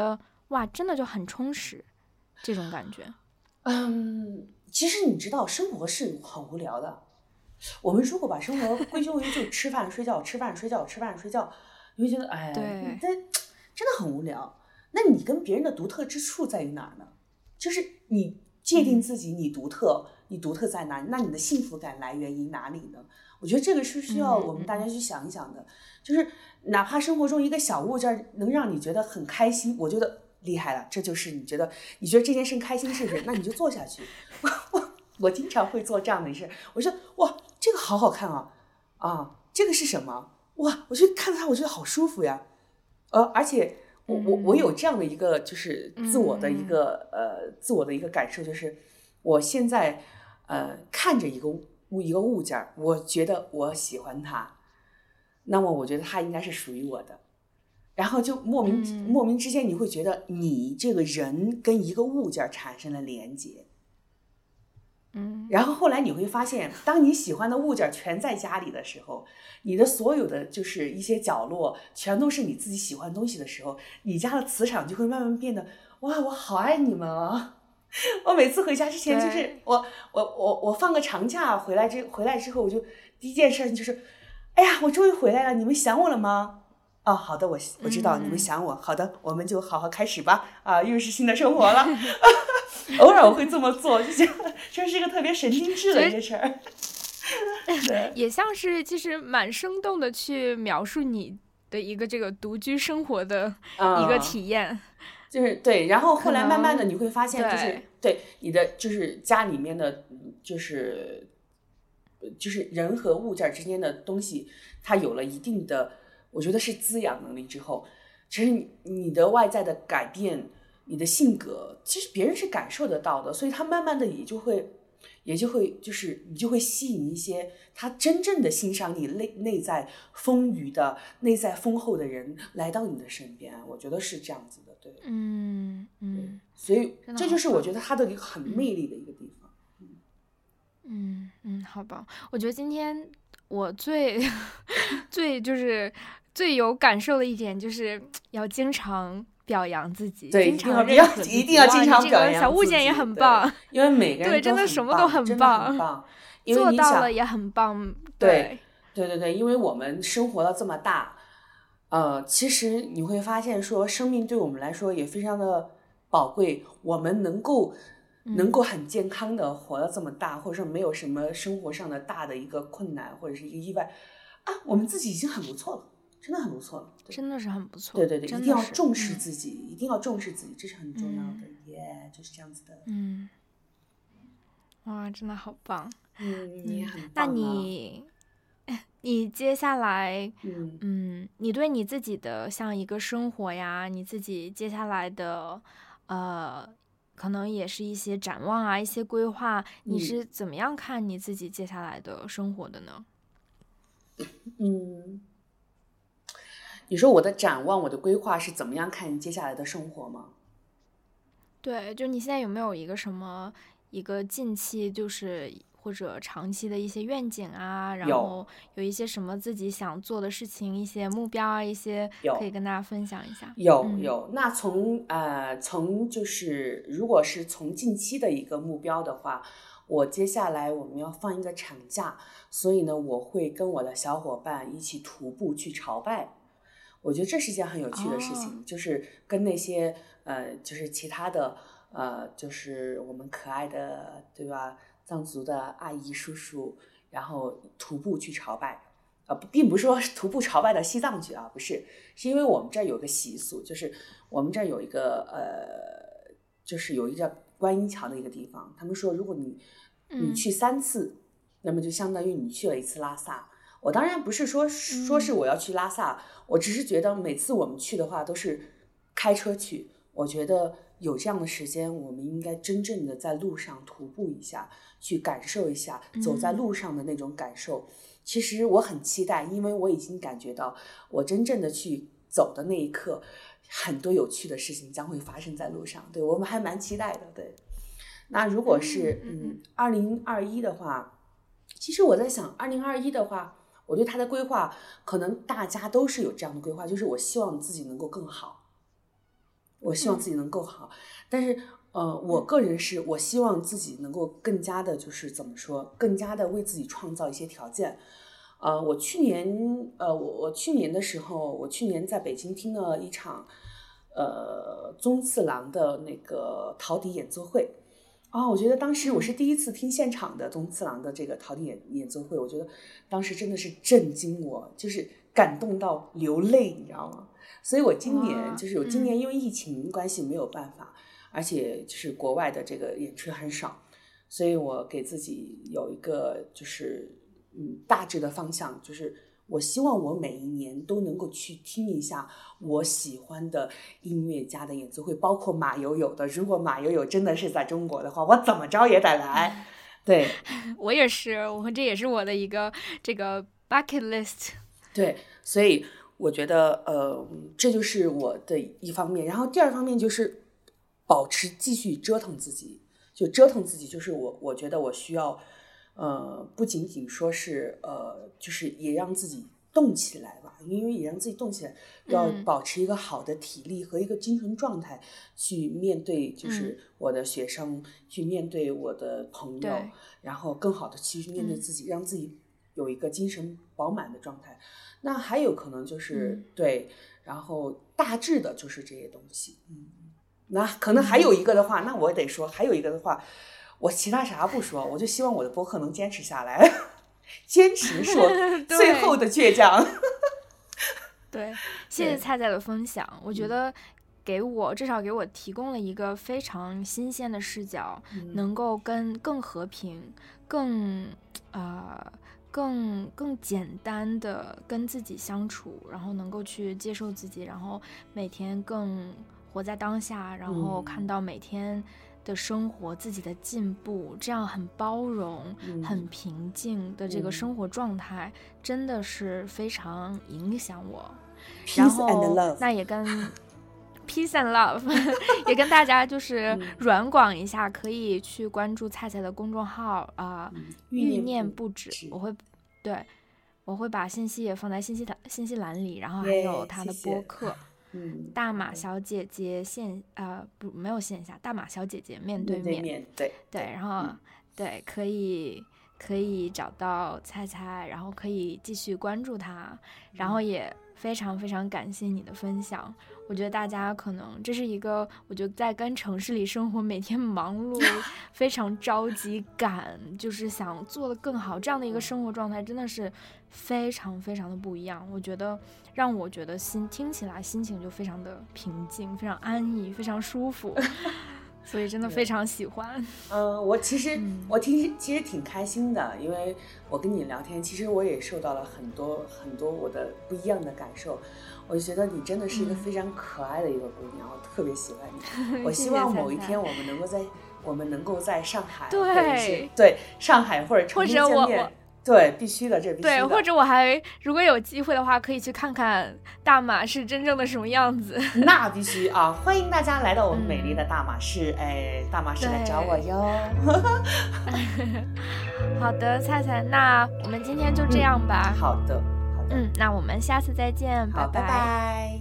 B: 哇，真的就很充实，这种感觉。
A: 其实你知道，生活是很无聊的。我们如果把生活归咎于就吃饭睡觉、吃饭睡觉、吃饭睡觉，你会觉得哎，这真的很无聊。那你跟别人的独特之处在于哪儿呢？就是你界定自己，你独特，你独特在哪里？那你的幸福感来源于哪里呢？我觉得这个是需要我们大家去想一想的。就是哪怕生活中一个小物件能让你觉得很开心，我觉得厉害了。这就是你觉得这件事开心是不是？那你就做下去。我经常会做这样的事。我说哇，这个好好看啊，这个是什么？哇，我去看它，我觉得好舒服呀。而且我有这样的一个就是自我的一个感受，就是我现在看着一个物件，我觉得我喜欢它，那么我觉得它应该是属于我的。然后就莫名之间你会觉得你这个人跟一个物件产生了连接。然后后来你会发现，当你喜欢的物件全在家里的时候，你的所有的就是一些角落全都是你自己喜欢东西的时候，你家的磁场就会慢慢变得，哇，我好爱你们啊！我每次回家之前就是我放个长假回来之后，我就第一件事就是哎呀，我终于回来了，你们想我了吗？哦，好的，我知道你们想我，好的，我们就好好开始吧。又是新的生活了。偶尔我会这么做，就觉得这是一个特别神经质的一个事儿。
B: 也像是其实蛮生动的去描述你的一个这个独居生活的一个体验。
A: 就是对，然后后来慢慢的你会发现，就是对你的就是家里面的就是人和物件之间的东西，它有了一定的，我觉得是滋养能力之后，其实你的外在的改变，你的性格，其实别人是感受得到的，所以他慢慢的也就会就是你就会吸引一些他真正的欣赏你内在丰腴的、内在丰厚的人来到你的身边，我觉得是这样子的，对，所以这就是我觉得他的一个很魅力的一个地方。
B: 好棒！我觉得今天我最就是最有感受的一点，就是要经常表扬自己，
A: 对，
B: 经常
A: 一定要经常表扬自己。
B: 小物件也很棒，
A: 因为每个人
B: 对，真的什么都很棒，做到了也很棒。
A: 对，因为我们生活了这么大，其实你会发现说，生命对我们来说也非常的宝贵。我们能够很健康的活到这么大，或者说没有什么生活上的大的一个困难或者是一个意外啊，我们自己已经很不错了。真的很不错了，
B: 真的是很不错。
A: 对，一定要重视自己，一定要重视自己，这是很重要的。就是这样子的。
B: 哇，真的好棒。
A: 你也很棒。
B: 那你接下来，你对你自己的像一个生活呀，你自己接下来的，可能也是一些展望啊，一些规划，你是怎么样看你自己接下来的生活的呢？
A: 你说我的展望，我的规划是怎么样看接下来的生活吗？
B: 对，就你现在有没有一个近期就是或者长期的一些愿景啊，然后有一些什么自己想做的事情，一些目标啊，一些可以跟大家分享一下。
A: 有。那从就是如果是从近期的一个目标的话，我接下来我们要放一个长假，所以呢，我会跟我的小伙伴一起徒步去朝拜。我觉得这是一件很有趣的事情，就是跟那些就是其他的就是我们可爱的对吧，藏族的阿姨叔叔，然后徒步去朝拜，并不是说徒步朝拜的西藏去啊，不是，是因为我们这儿有个习俗，就是我们这儿有一个就是有一个观音桥的一个地方，他们说如果你去3次，那么就相当于你去了1次拉萨。我当然不是说是我要去拉萨，我只是觉得每次我们去的话都是开车去，我觉得有这样的时间，我们应该真正的在路上徒步一下，去感受一下走在路上的那种感受。其实我很期待，因为我已经感觉到我真正的去走的那一刻，很多有趣的事情将会发生在路上。对，我们还蛮期待的。对，那如果是2021的话，其实我在想2021的话，我对他的规划可能大家都是有这样的规划，就是我希望自己能够更好。 我希望自己能够好，但是我个人是我希望自己能够更加的就是怎么说，更加的为自己创造一些条件。我去年的时候，我去年在北京听了一场宗次郎的那个陶笛演奏会。我觉得当时我是第一次听现场的宗次郎的这个陶笛演奏会，我觉得当时真的是震惊我，就是感动到流泪，你知道吗？所以我今年因为疫情关系没有办法，而且就是国外的这个演出很少，所以我给自己有一个就是大致的方向，就是我希望我每一年都能够去听一下我喜欢的音乐家的演奏会，包括马友友的。如果马友友真的是在中国的话，我怎么着也得来。对，
B: 我也是，这也是我的一个这个 bucket list。
A: 对，所以我觉得这就是我的一方面。然后第二方面就是继续折腾自己，就是我觉得我需要不仅仅说是就是也让自己动起来吧，因为也让自己动起来，要保持一个好的体力和一个精神状态去面对就是我的学生，去面对我的朋友，然后更好的去面对自己，让自己有一个精神饱满的状态。那还有可能就是对，然后大致的就是这些东西。那可能还有一个的话，那我得说还有一个的话，我其他啥不说，我就希望我的播客能坚持下来，坚持说最后的倔强。
B: 对，谢谢菜菜的分享，我觉得至少给我提供了一个非常新鲜的视角，能够更和平、更简单的跟自己相处，然后能够去接受自己，然后每天更活在当下，然后看到每天的生活自己的进步，这样很包容很平静的这个生活状态真的是非常影响我。然后那也跟Peace and Love 也跟大家就是软广一下，可以去关注菜菜的公众号欲念不止，我会把信息也放在信息栏里，然后还有他的播客大马小姐姐没有线下，大马小姐姐面对面，对，然后对可以找到菜菜，然后可以继续关注他，然后也非常非常感谢你的分享。我觉得大家可能这是一个，我觉得在跟城市里生活，每天忙碌非常着急赶，就是想做得更好，这样的一个生活状态真的是非常非常的不一样。我觉得让我觉得听起来心情就非常的平静，非常安逸，非常舒服。所以真的非常喜欢。
A: 我其实挺开心的，因为我跟你聊天，其实我也受到了很多很多我的不一样的感受。我就觉得你真的是一个非常可爱的一个姑娘，我特别喜欢你。我希望某一天我们能够在上海，对上海或者成都见面。对，必须的，这必须的。
B: 对，或者如果有机会的话，可以去看看大马是真正的什么样子。
A: 那必须啊！欢迎大家来到我们美丽的大马市，大马市来找我哟。
B: 好的，菜菜，那我们今天就这样吧。
A: 好的。
B: 那我们下次再见，拜
A: 拜拜。